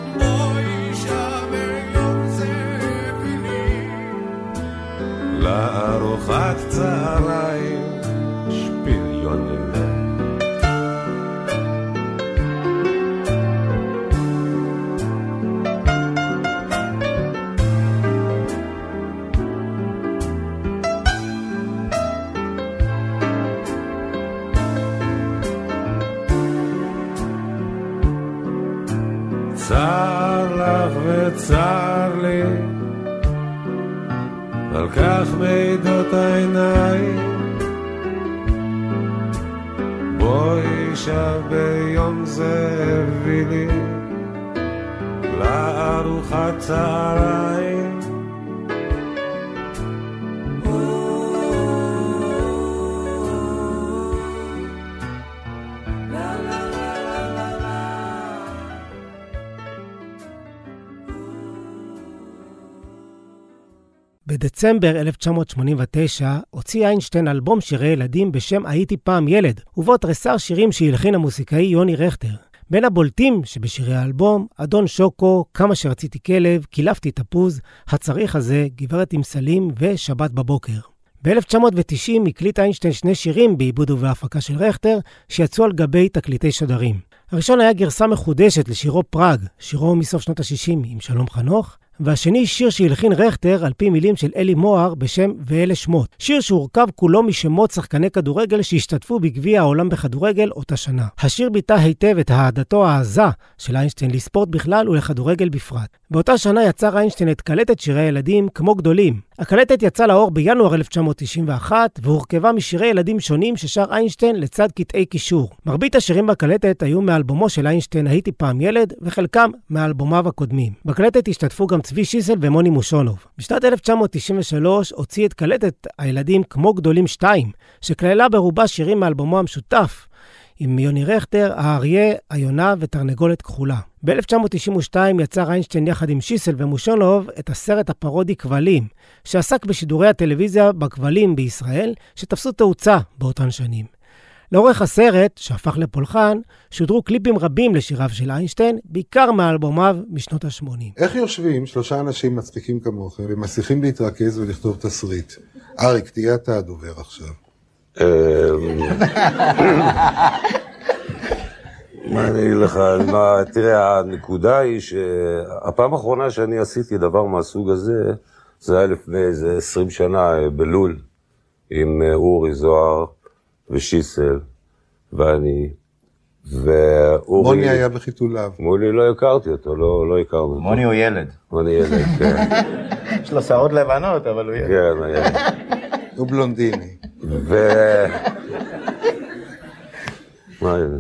K: ארוחת צהריים שפיליונים. צר לך וצר לי, על כך מעידות העיניים. בואי שב ביום זה הביא לי לארוחת צהריים.
B: בדצמבר אלף תשע מאות שמונים ותשע הוציא איינשטיין אלבום שירי ילדים בשם הייתי פעם ילד, ובו תריסר שירים שהלחין המוסיקאי יוני רכטר. בין הבולטים שבשירי האלבום, אדון שוקו, כמה שרציתי כלב, קילפתי תפוז, הצריך הזה, גברת עם סלים ושבת בבוקר. ב-אלף תשע מאות תשעים הקליט איינשטיין שני שירים בעיבוד ובהפקה של רכטר, שיצאו על גבי תקליטי שדרים. הראשון היה גרסה מחודשת לשירו פראג, שירו מסוף שנות ה-שישים עם שלום חנוך, והשני שיר שהלחין רכטר על פי מילים של אלי מוהר בשם ואלה שמות. שיר שהורכב כולו משמות שחקני כדורגל שהשתתפו בגביע העולם בכדורגל אותה שנה. השיר ביטא היטב את אהדתו העזה של איינשטיין לספורט בכלל ולכדורגל בפרט. באותה שנה יצר איינשטיין את קלטת שירי ילדים כמו גדולים. הקלטת יצא לאור בינואר אלף תשע מאות תשעים ואחת והורכבה משירי ילדים שונים ששר איינשטיין לצד קטעי קישור. מרבית השירים בקלטת היו מאלבומו של איינשטיין הייתי פעם ילד וחלקם מאלבומיו הקודמים. בקלטת השתתפו גם צבי שיסל ומוני מושונוב. בשנת אלף תשע מאות תשעים ושלוש הוציא את קלטת הילדים כמו גדולים שתיים, שכללה ברובה שירים מאלבומו המשותף עם יוני רכטר, האריה, היונה ותרנגולת כחולה. ב-אלף תשע מאות תשעים ושתיים יצר איינשטיין יחד עם שיסל ומושונוב את הסרט הפרודי כבלים, שעסק בשידורי הטלוויזיה בכבלים בישראל, שתפסו תאוצה באותן שנים. לאורך הסרט, שהפך לפולחן, שודרו קליפים רבים לשיריו של איינשטיין, בעיקר מאלבומיו משנות ה-שמונים.
O: איך יושבים שלושה אנשים מצחיקים כמוכם ומצליחים להתרכז ולכתוב תסריט? אריק, תהיה אתה הדובר עכשיו.
E: מה אני אגיד לך? תראה, הנקודה היא שהפעם האחרונה שאני עשיתי דבר מהסוג הזה, זה היה לפני איזה עשרים שנה בלול, עם אורי זוהר ושיסל, ואני, ואורי...
O: מוני היה בחיתוליו.
E: מוני לא הכרתי אותו, לא, לא הכרנו.
P: מוני הוא ילד.
E: מוני ילד, כן.
P: יש לו שערות לבנות, אבל הוא ילד.
E: כן, הוא ילד.
O: הוא בלונדיני.
E: ו... מה זה?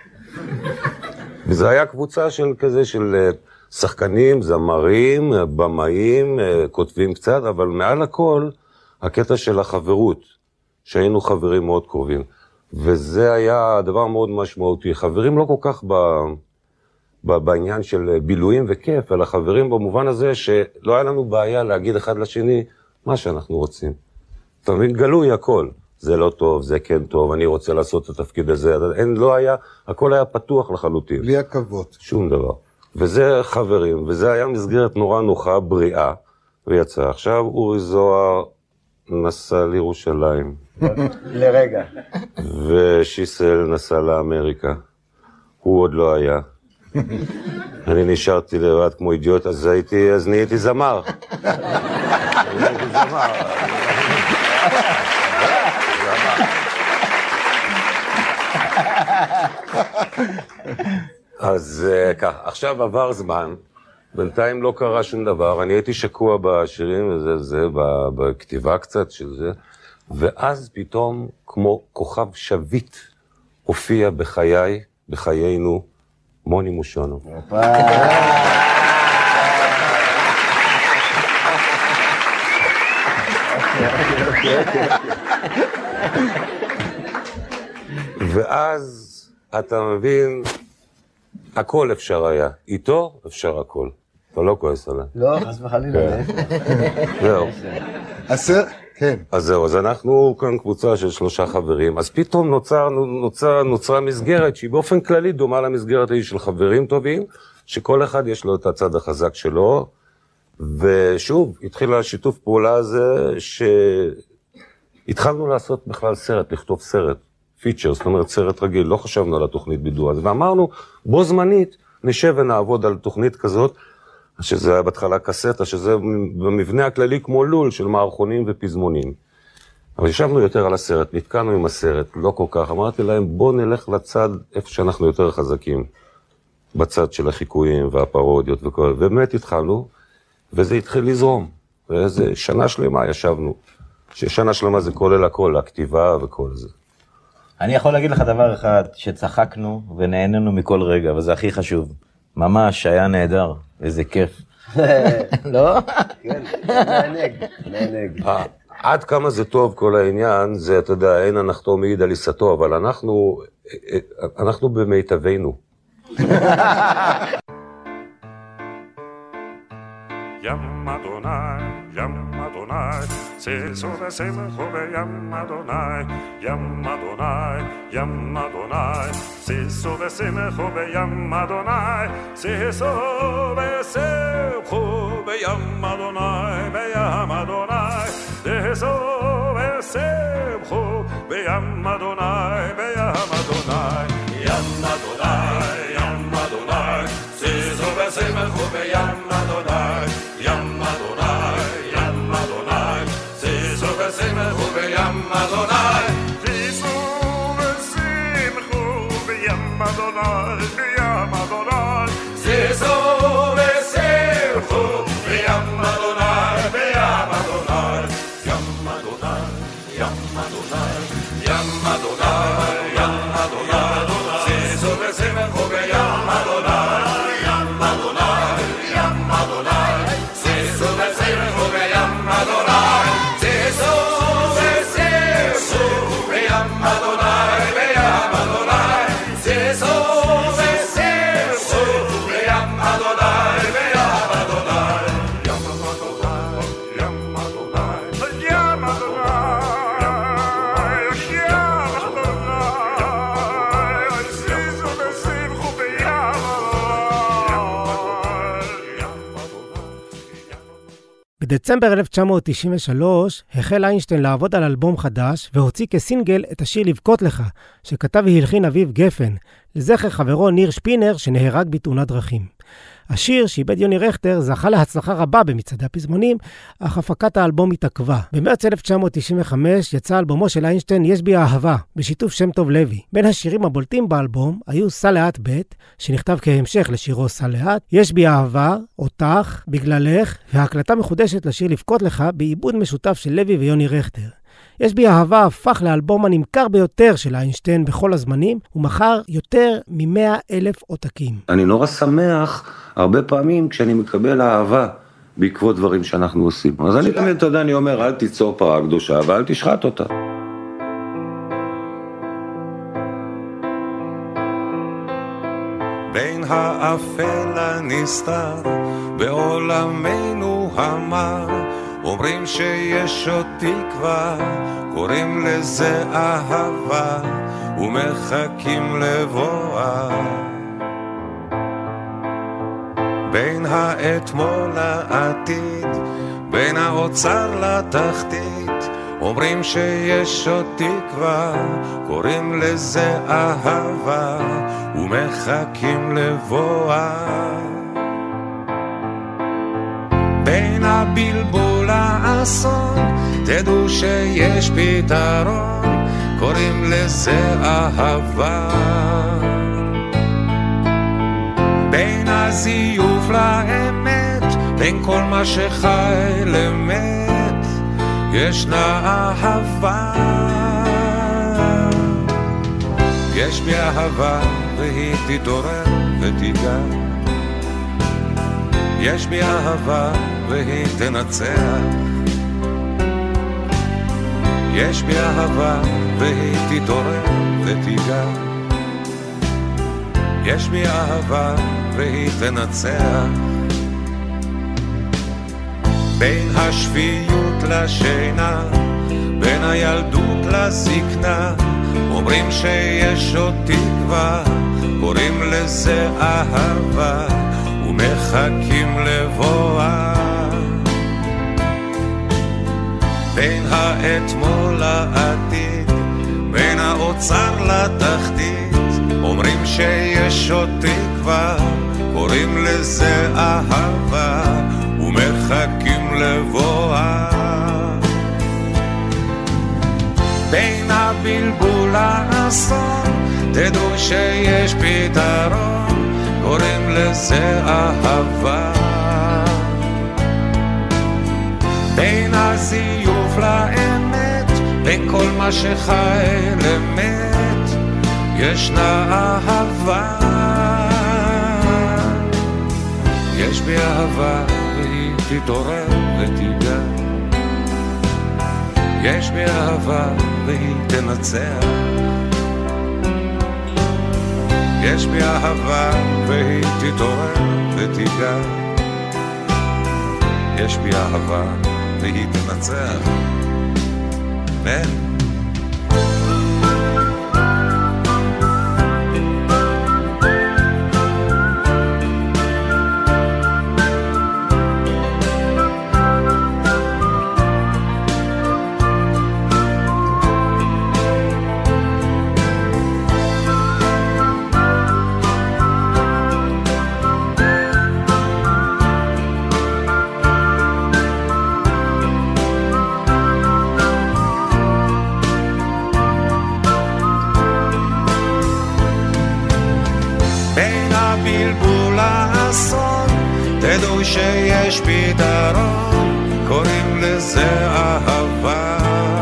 E: וזה היה קבוצה של כזה, של שחקנים, זמרים, במאים, כותבים קצת, אבל מעל הכל, הקטע של החברות, שהיינו חברים מאוד קרובים. וזה היה דבר מאוד משמעותי. חברים לא כל כך ב... ב... בעניין של בילויים וכיף, אלא חברים במובן הזה שלא היה לנו בעיה להגיד אחד לשני מה שאנחנו רוצים. אתה מבין, גלוי הכל. זה לא טוב, זה כן טוב, אני רוצה לעשות את התפקיד הזה. אין, לא היה, הכל היה פתוח לחלוטין.
O: בלי עכבות.
E: שום דבר. וזה חברים, וזה היה מסגרת נורא נוחה, בריאה, ויצא. עכשיו אורי זוהר נסע לירושלים.
P: לרגע.
E: ושיסל נסע לאמריקה. הוא עוד לא היה. אני נשארתי לבד כמו אידיוט, אז הייתי, אז נהייתי זמר. נהייתי זמר. אז כך, עכשיו עבר זמן, בינתיים לא קרה שום דבר, אני הייתי שקוע בשירים וזה, זה, בכתיבה קצת של זה, ואז פתאום כמו כוכב שביט הופיע בחיי, בחיינו, מוני מושונוב. ואז אתה מבין, הכל אפשר היה. איתו אפשר הכל. אתה לא כועס עליי.
P: לא, חס וחלילה.
E: זהו.
O: אז כן.
E: אז זהו, אז אנחנו כאן קבוצה של שלושה חברים, אז פתאום נוצר, נוצר, נוצרה מסגרת שהיא באופן כללי דומה למסגרת היא של חברים טובים, שכל אחד יש לו את הצד החזק שלו, ושוב, התחיל השיתוף פעולה הזה ש... התחלנו לעשות בכלל סרט, לכתוב סרט, פיצ'ר, זאת אומרת סרט רגיל, לא חשבנו על התוכנית בידור הזה, ואמרנו, בו זמנית נשב ונעבוד על תוכנית כזאת, שזה היה בהתחלה קסטה, שזה במבנה הכללי כמו לול של מערכונים ופזמונים. אבל ישבנו יותר על הסרט, נתקענו עם הסרט, לא כל כך, אמרתי להם, בוא נלך לצד איפה שאנחנו יותר חזקים, בצד של החיקויים והפרודיות וכל, ובאמת התחלנו, וזה התחיל לזרום, ואיזה שנה שלמה ישבנו, ששנה שלמה זה כולל הכל, הכתיבה וכל זה.
P: אני יכול להגיד לך דבר אחד, שצחקנו ונהנינו מכל רגע, וזה הכי חשוב. ממש היה נהדר, איזה כיף. לא?
F: כן, נענג, נענג.
E: עד כמה זה טוב כל העניין, זה, אתה יודע, אין הנחתום מעיד על עיסתו, אבל אנחנו, אנחנו במיטבנו.
J: ים אדוני, ים אדוני, ששו ושמחו בים אדוני, ים אדוני, ים אדוני, ששו ושמחו בים אדוני, ששו ושמחו בים אדוני, בים אדוני, ששו ושמחו בים אדוני, בים אדוני, ים אדוני, ים אדוני, ששו ושמחו בים אדוני, ים אדוני, ים אדוני, ששו ושמחו בים אדוני, ששו ושמחו בים אדוני, בים אדוני, ששו ושמחו בים אדוני, בים אדוני, ים אדוני, ים אדוני, ים אדוני, ים אדוני, ששו ושמחו בים אדוני, ים אדוני, ים אדוני, ששו ושמחו בים אדוני, ששו ושמחו בים אדוני, בים אדוני, ששו ושמחו בים אדוני, בים אדוני, ים אדוני, ים אדוני, ים
B: בדצמבר אלף תשע מאות תשעים ושלוש החל איינשטיין לעבוד על אלבום חדש והוציא כסינגל את השיר לבכות לך, שכתב והלחין אביב גפן, לזכר חברו ניר שפינר שנהרג בתאונת דרכים. השיר שאיבד יוני רכטר זכה להצלחה רבה במצעדי הפזמונים, אך הפקת האלבום התעכבה. במרץ אלף תשע מאות תשעים וחמש יצא אלבומו של איינשטיין יש בי אהבה, בשיתוף שם טוב לוי. בין השירים הבולטים באלבום היו סע לאט ב' שנכתב כהמשך לשירו סע לאט, יש בי אהבה, אותך, בגללך, והקלטה מחודשת לשיר לבכות לך בעיבוד משותף של לוי ויוני רכטר. יש בי אהבה הפך לאלבום הנמכר ביותר של איינשטיין בכל הזמנים, ומכר יותר מ-מאה אלף עותקים.
E: אני נורא שמח הרבה פעמים כשאני מקבל אהבה בעקבות דברים שאנחנו עושים. אז אני תמיד, אתה יודע, אני אומר, אל תיצור פרה קדושה ואל תשחט אותה.
K: בין האפל הנסתר בעולמנו המר, אומרים שיש עוד תקווה, קוראים לזה אהבה ומחכים לבואה. בין האתמול לעתיד, בין האוצר לתחתית, אומרים שיש עוד תקווה, קוראים לזה אהבה ומחכים לבואה. בין הבלבול לאסון, תדעו שיש פתרון, קוראים לזה אהבה. בין הזיוף לאמת, בין כל מה שחי למת, ישנה אהבה. יש בי אהבה והיא תתעורר ותיגע, יש בי אהבה והיא תנצח, יש בי אהבה והיא תתעורר ותיגע, יש בי אהבה והיא תנצח. בין השפיות לשינה, בין הילדות לזקנה, אומרים שיש עוד תקווה, קוראים לזה אהבה ומחכים לבואה. בין האתמול לעתיד, בין האוצר לתחתית, אומרים שיש עוד תקווה, קוראים לזה אהבה, ומחכים לבואה. בין הבלבול לאסון, תדעו שיש פתרון, קוראים לזה אהבה. בין הזיוף לאמת, בין כל מה שחי למת, ישנה אהבה. יש בי אהבה והיא תתעורר ותיגע, יש בי אהבה והיא תנצח, יש בי אהבה והיא תתעורר ותיגע, יש בי אהבה והיא תנצח. אמן. תדעו שיש פתרון, קוראים לזה אהבה.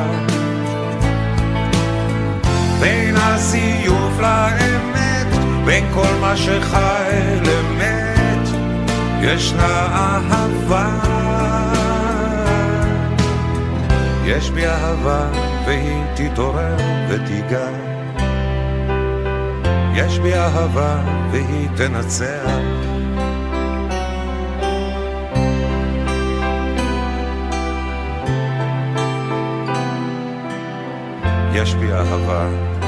K: בין הזיוף לאמת, בין כל מה שחי למת, ישנה אהבה. יש בי אהבה והיא תתעורר ותיגע, יש בי אהבה והיא תנצח. יש בי אהבה.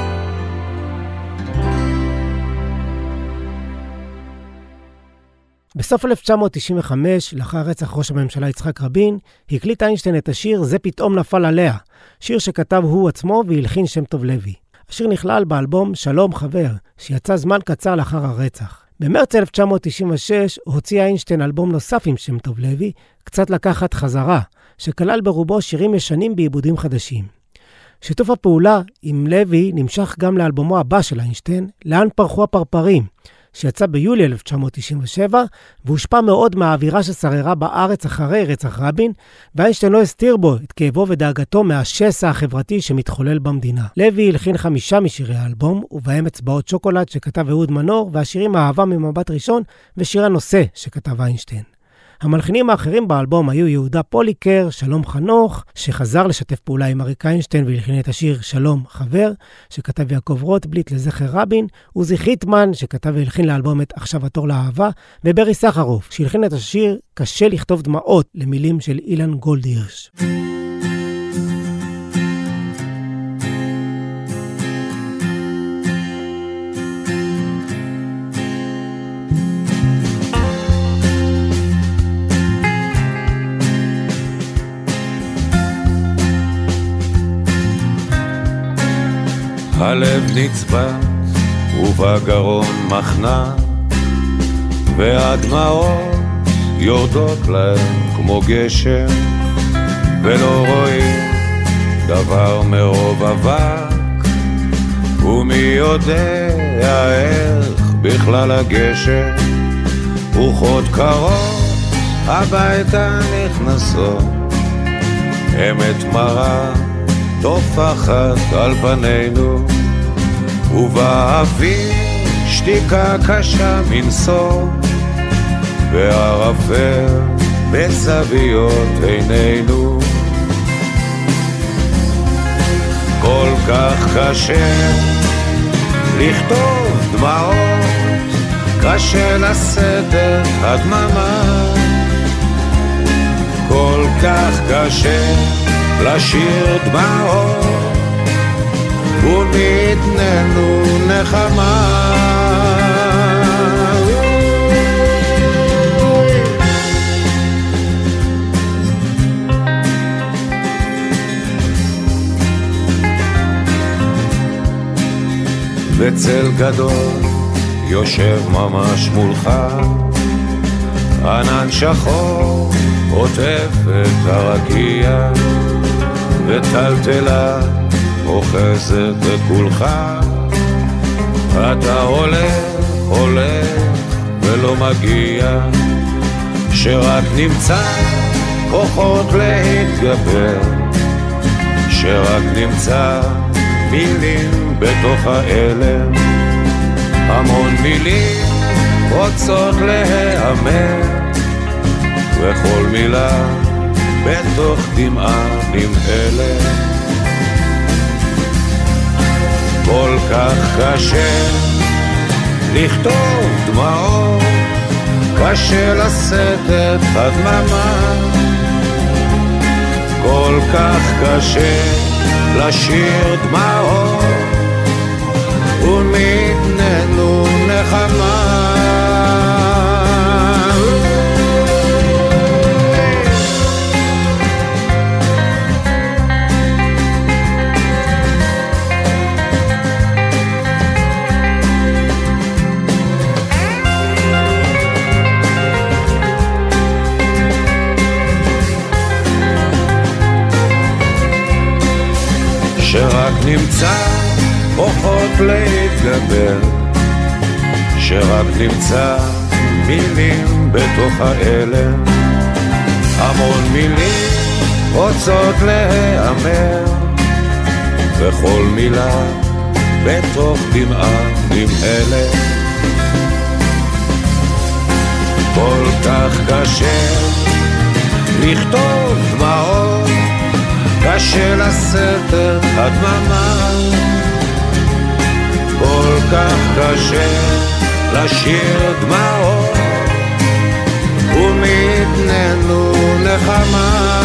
B: בסוף אלף תשע מאות תשעים וחמש, לאחר רצח ראש הממשלה יצחק רבין, הקליט איינשטיין את השיר "זה פתאום נפל עליה", שיר שכתב הוא עצמו והלחין שם טוב לוי. השיר נכלל באלבום "שלום חבר", שיצא זמן קצר לאחר הרצח. במרץ אלף תשע מאות תשעים ושש הוציא איינשטיין אלבום נוסף עם שם טוב לוי, קצת לקחת חזרה, שכלל ברובו שירים ישנים בעיבודים חדשים. שיתוף הפעולה עם לוי נמשך גם לאלבומו הבא של איינשטיין, לאן פרחו הפרפרים, שיצא ביולי אלף תשע מאות תשעים ושבע, והושפע מאוד מהאווירה ששררה בארץ אחרי רצח רבין, ואיינשטיין לא הסתיר בו את כאבו ודאגתו מהשסע החברתי שמתחולל במדינה. לוי הלחין חמישה משירי האלבום, ובהם אצבעות שוקולד שכתב אהוד מנור, והשירים אהבה ממבט ראשון, ושיר הנושא שכתב איינשטיין. המלחינים האחרים באלבום היו יהודה פוליקר, שלום חנוך, שחזר לשתף פעולה עם אריק איינשטיין והלחין את השיר שלום חבר, שכתב יעקב רוטבליט לזכר רבין, עוזי חיטמן, שכתב והלחין לאלבום את עכשיו התור לאהבה, וברי סחרוף, שהלחין את השיר קשה לכתוב דמעות למילים של אילן גולדהירש.
K: הלב נצבט ובגרון מחנה, והדמעות יורדות להם כמו גשם, ולא רואים דבר מרוב אבק, ומי יודע איך בכלל הגשם. רוחות קרות הביתה נכנסות, אמת מרה תופחת על פנינו, ובאוויר שתיקה קשה מנסור, וערפל בצביות עינינו. כל כך קשה לכתוב דמעות, קשה לשאת את הדממה, כל כך קשה לשיר דמעות וניתננו נחמה.
Q: וצל גדול יושב ממש מולך, ענן שחור עוטף את הרקיע, וטלטלה אוחזת את כולך. אתה הולך, הולך ולא מגיע, שרק נמצא כוחות להתגבר, שרק נמצא מילים בתוך האלם, המון מילים רוצות להיאמר, וכל מילה בתוך דמעה נמהלת. כל כך קשה לכתוב דמעות, קשה לשאת את הדממה, כל כך קשה לשיר דמעות ומתננו נחמה. שרק נמצא כוחות להתגבר, שרק נמצא מילים בתוך האלם, המון מילים רוצות להיאמר, וכל מילה בתוך דמעה נמהלת. כל כך קשה לכתוב דמעות, קשה לשאת את הדממה, כל כך קשה לשיר דמעות ומתננו נחמה.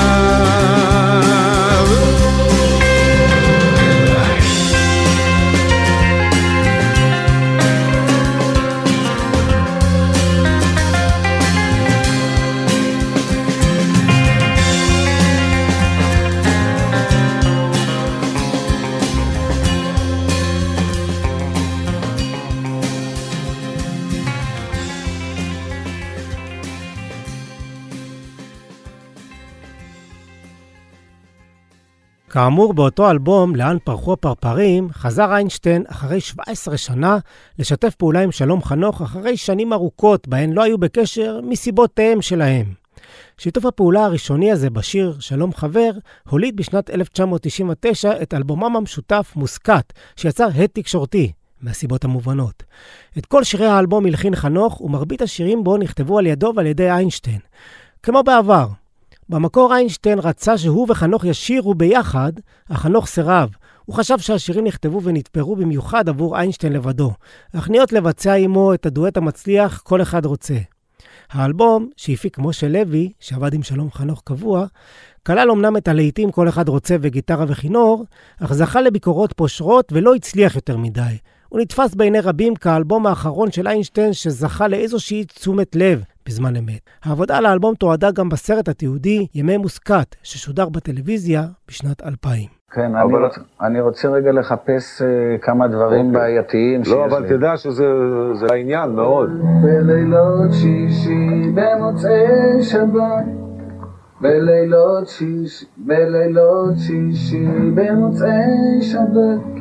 B: כאמור, באותו אלבום, לאן פרחו הפרפרים, חזר איינשטיין אחרי שבע עשרה שנה לשתף פעולה עם שלום חנוך אחרי שנים ארוכות בהן לא היו בקשר מסיבותיהם שלהם. שיתוף הפעולה הראשוני הזה בשיר שלום חבר הוליד בשנת אלף תשע מאות תשעים ותשע את אלבומם המשותף מוסקת, שיצר הד תקשורתי, מהסיבות המובנות. את כל שירי האלבום הלחין חנוך, ומרבית השירים בו נכתבו על ידו ועל ידי איינשטיין. כמו בעבר, במקור איינשטיין רצה שהוא וחנוך ישירו ביחד, אך חנוך סירב. הוא חשב שהשירים נכתבו ונתפרו במיוחד עבור איינשטיין לבדו, אך ניות לבצע עמו את הדואט המצליח כל אחד רוצה. האלבום, שהפיק משה לוי, שעבד עם שלום חנוך קבוע, כלל אמנם את הלהיטים כל אחד רוצה וגיטרה וכינור, אך זכה לביקורות פושרות ולא הצליח יותר מדי. הוא נתפס בעיני רבים כאלבום האחרון של איינשטיין שזכה לאיזושהי תשומת לב בזמן אמת. העבודה על האלבום תועדה גם בסרט התיעודי ימי מוסקת, ששודר בטלוויזיה בשנת אלפיים.
R: כן, אבל... אני, רוצ... אני רוצה רגע לחפש uh, כמה דברים אוקיי. בעייתיים.
E: לא, אבל לי. תדע שזה זה העניין מאוד.
R: בלילות שישי במוצאי שבת, בלילות שישי, בלילות שישי במוצאי שבת,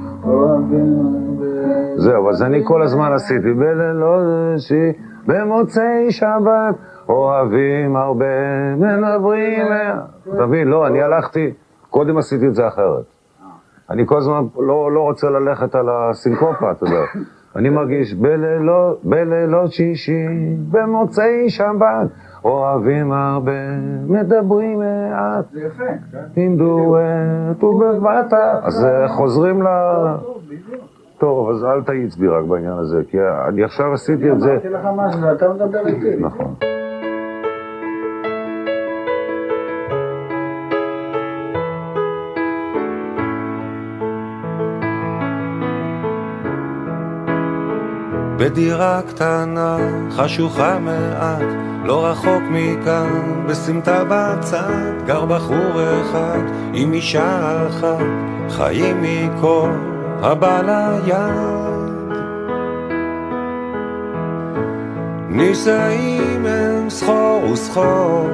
E: זהו, אז אני כל הזמן עשיתי בלילות שישי במוצאי שבת, אוהבים הרבה, מדברים, תבין, לא, אני הלכתי, קודם עשיתי את זה אחרת. אני כל הזמן לא, לא רוצה ללכת על הסינקופה, אתה יודע. אני מרגיש בלילות, בלילות שישי, במוצאי שבת, אוהבים הרבה, מדברים מעט. זה יפה, כן? עם דואט ובבטה. אז חוזרים ל... טוב, אז אל תעיץ בי רק בעניין הזה, כי אני עכשיו עשיתי את זה... אמרתי לך משהו, ואתה מדבר איתי. נכון.
Q: בדירה קטנה, חשוכה מעט, לא רחוק מכאן, בסמטה בצד, גר בחור אחד, עם אישה אחת, חיים מכל הבא ליד. נישאים הם סחור וסחור,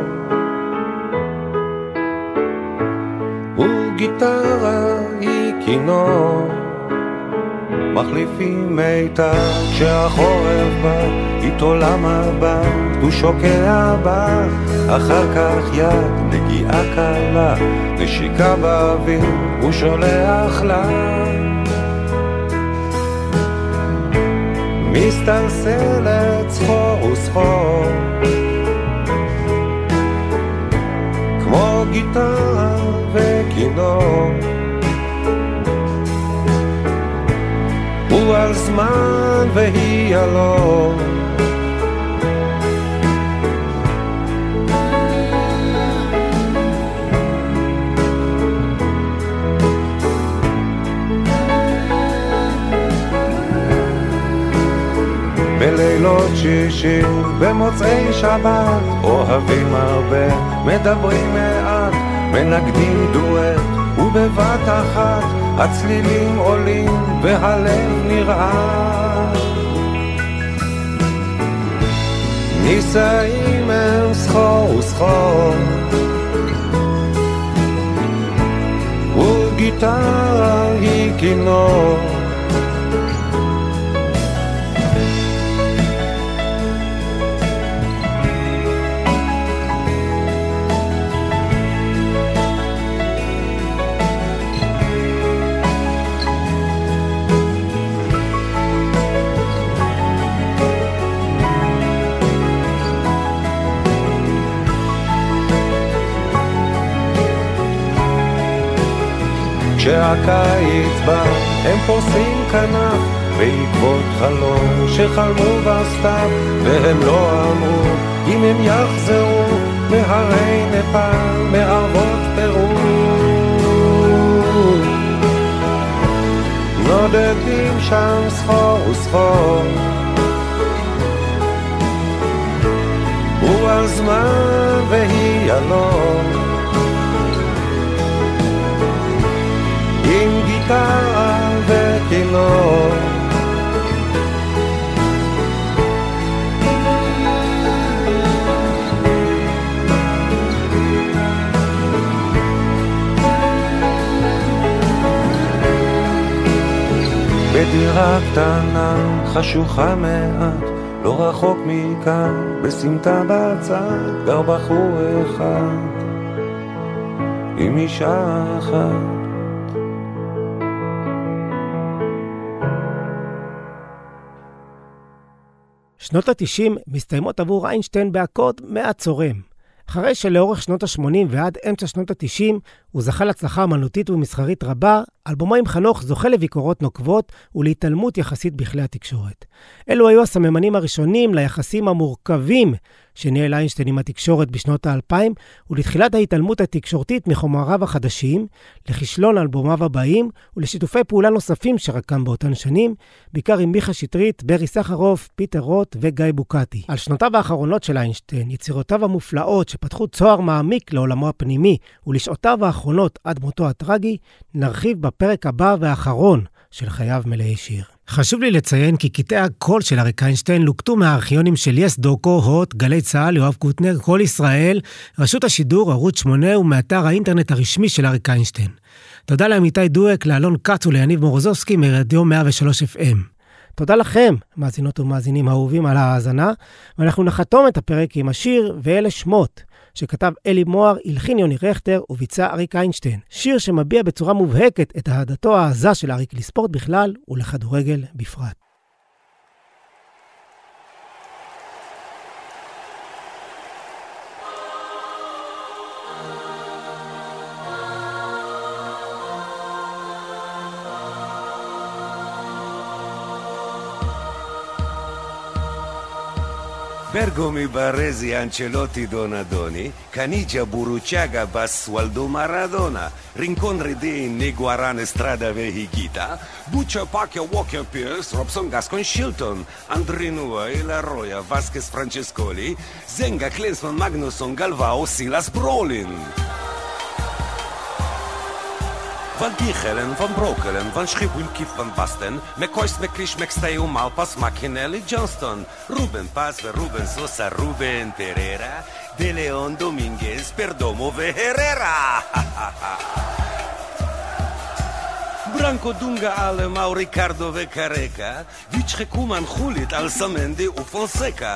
Q: וגיטרה היא כינור, מחליפים מיתר כשהחורף בא, איתו למה בא, הוא שוקע בה, אחר כך יד, נגיעה קלה, נשיקה באוויר, הוא שולח לה. מסתלסלת סחור וסחור, כמו גיטרה וכינור, הוא על זמן והיא עלור. בלילות שישי, במוצאי שבת, אוהבים הרבה, מדברים מעט, מנגדים דואט, ובבת אחת הצלילים עולים והלב נרעד. נישאים הם סחור וסחור, וגיטרה היא כינור, כשהקיץ בא הם פורסים כנף בעקבות חלום שחלמו בסתיו, והם לא אמרו אם הם יחזרו מהרי נפאל, מערבות פרו. נודדים שם סחור וסחור, הוא על זמן והיא עלור, עם גיטרה וכינור. בדירה קטנה חשוכה מעט, לא רחוק מכאן, בסמטה בצד, גר בחור אחד עם אישה אחת.
B: שנות ה-תשעים מסתיימות עבור איינשטיין באקורד מעט צורם. אחרי שלאורך שנות ה-שמונים ועד אמצע שנות ה-תשעים הוא זכה להצלחה אמנותית ומסחרית רבה, אלבומו עם חנוך זוכה לביקורות נוקבות ולהתעלמות יחסית בכלי התקשורת. אלו היו הסממנים הראשונים ליחסים המורכבים שניהל איינשטיין עם התקשורת בשנות האלפיים, ולתחילת ההתעלמות התקשורתית מחומריו החדשים, לכישלון אלבומיו הבאים ולשיתופי פעולה נוספים שרקם באותן שנים, בעיקר עם מיכה שטרית, ברי סחרוף, פיטר רוט וגיא בוקטי. על שנותיו האחרונות של איינשטיין, יצירותיו המופלאות שפתחו צוהר מעמיק לעולמו הפנימי ולשעותיו האחרונות עד מותו הטרגי, נרחיב בפרק הבא והאחרון של חייו מלאי שיר. חשוב לי לציין כי קטעי הקול של אריק איינשטיין לוקטו מהארכיונים של יס דוקו, הוט, גלי צהל, יואב קוטנר, כל ישראל, רשות השידור, ערוץ שמונה ומאתר האינטרנט הרשמי של אריק איינשטיין. תודה לעמיתי דואק, לאלון קץ וליניב מורוזובסקי מרדיו מאה ושלוש אף אם. תודה לכם, מאזינות ומאזינים האהובים על ההאזנה, ואנחנו נחתום את הפרק עם השיר ואלה שמות, שכתב אלי מוהר, הלחין יוני רכטר וביצע אריק איינשטיין. שיר שמביע בצורה מובהקת את אהדתו העזה של אריק לספורט בכלל ולכדורגל בפרט.
S: Bergomi Baresi Ancelotti Donadoni, Canigia Buruciaga Basualdo Maradona, Rincon Redin Niguaran Estrada Vehigita, Buccia Pacchia Walker Pierce, Robson Gascon Shilton, Andrinua Ilaroya Vasquez Francescoli, Zenga, Klinsmann, Magnusson, Galvao, Silas Brolin. Van Dichelen, Van Brokelen, Van Schipwin, Kief, Van Basten, McCoyst, McClish, McStay, Malpas, McKinley, Johnston, Ruben Paz, Ruben Sosa, Ruben Pereira, De Leon, Dominguez, Perdomo, Herrera. Branco Dunga, Alemão, Ricardo, Careca, Vichekuman, Hulit, Alsamendi, Ufonseca.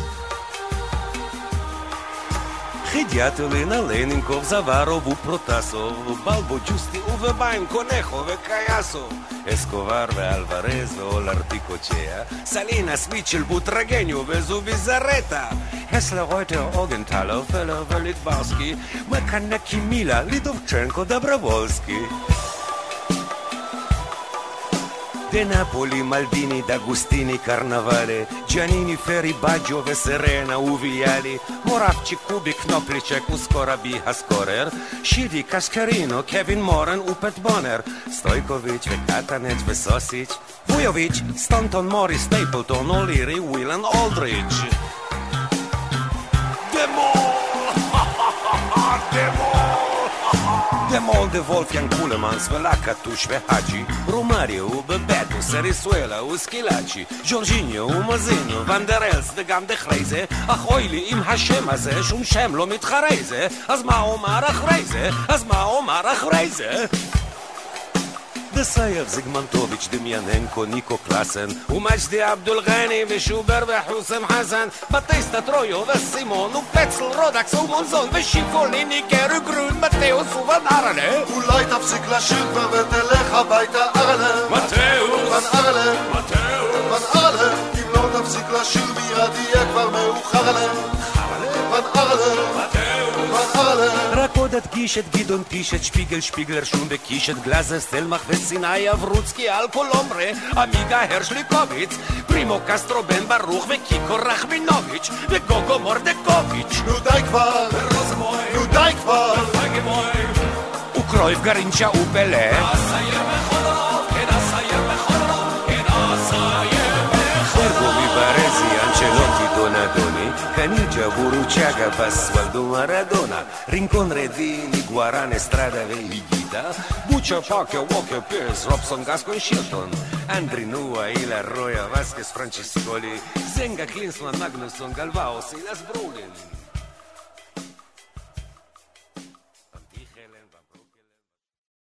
S: Хидятелина, Ленинков, Заваров, Протасов, Балбо, Джусти, Увебайн, Конехо, Векаясов, Эсковар, Альварез, Олартикочея, Салинас, Мичел, Бутрагеню, Везувизарета, Хеслер, Реутер, Огенталов, Феллер, Литварский, Маканеки, Мила, Лидовченко, Добровольский. De Napoli, Maldini, D'Agostini, Carnavale, Giannini, Ferri, Baggio, Serena, Uviali, Moravci, Kubi, Knoplicek, Uskorabi, Haskorer, Shidi, Kaskarino, Kevin Moran, Upet Bonner, Stojkovic, Katanec, Vesosic, Vujovic, Stanton, Morris, Stapleton, O'Leary, Whelan, Aldridge. Demol! Demol! Demol de Wolfgang Kulemans, Velaka, Tushve Haji, Romario, Bebeto, Serisuela, Uskilaci, Jorginho, Mazino, Van der Els, de Gam de Chreize, Achoili, Im Hashem הזה, שום שם לא מתחרה זה, אז מה אומר אחרי זה? אז מה אומר אחרי זה? דסייב, זיגמנטוביץ', דמיאננקו, ניקו קלאסן, ומג'די עבדול גני, ושובר וחוסם חסן, בטייסטה טרויו וסימון, ופצל רודקס ומונזון, ושיפולי, ניקר וגרון, מתאוס ובן ארלה.
K: אולי תפסיק לשיר כבר ותלך הביתה ארלה.
S: מתאוס.
K: בן ארלה.
S: מתאוס.
K: בן ארלה. אם לא תפסיק לשיר מיד יהיה כבר מאוחר לה. בן ארלה.
S: רק עוד אדגיש את גדעון טיש, את שפיגל, שפיגלר, שום וקיש, את גלאזר, סטלמח וסיני, אברוצקי, אלקולומרה, עמיגה הרשליקוביץ, פרימו קסטרו, בן ברוך וקיקו רחמינוביץ' וגוגו מורדקוביץ'.
K: נו די כבר, נו די כבר,
S: וקרויף גרינצ'ה ופלה. נעשייר בכל רוב, כן נעשייר בכל רוב, כן נעשייר בכל רוב. פרגומי ברזי, אנצ'לוטי דונדוני, Canigia, Buruciaga, Pasqualdo Maradona, Rincon Redini, Guarane, Strada Veligita, Buccia, Pacchio, Walker, Pierce, Robson, Gascon, Shilton, Andri Nua, Ila, Roya, Vasquez, Franciscoli, Zenga, Klinsmann, Magnusson, Galvao, Silas Brolin.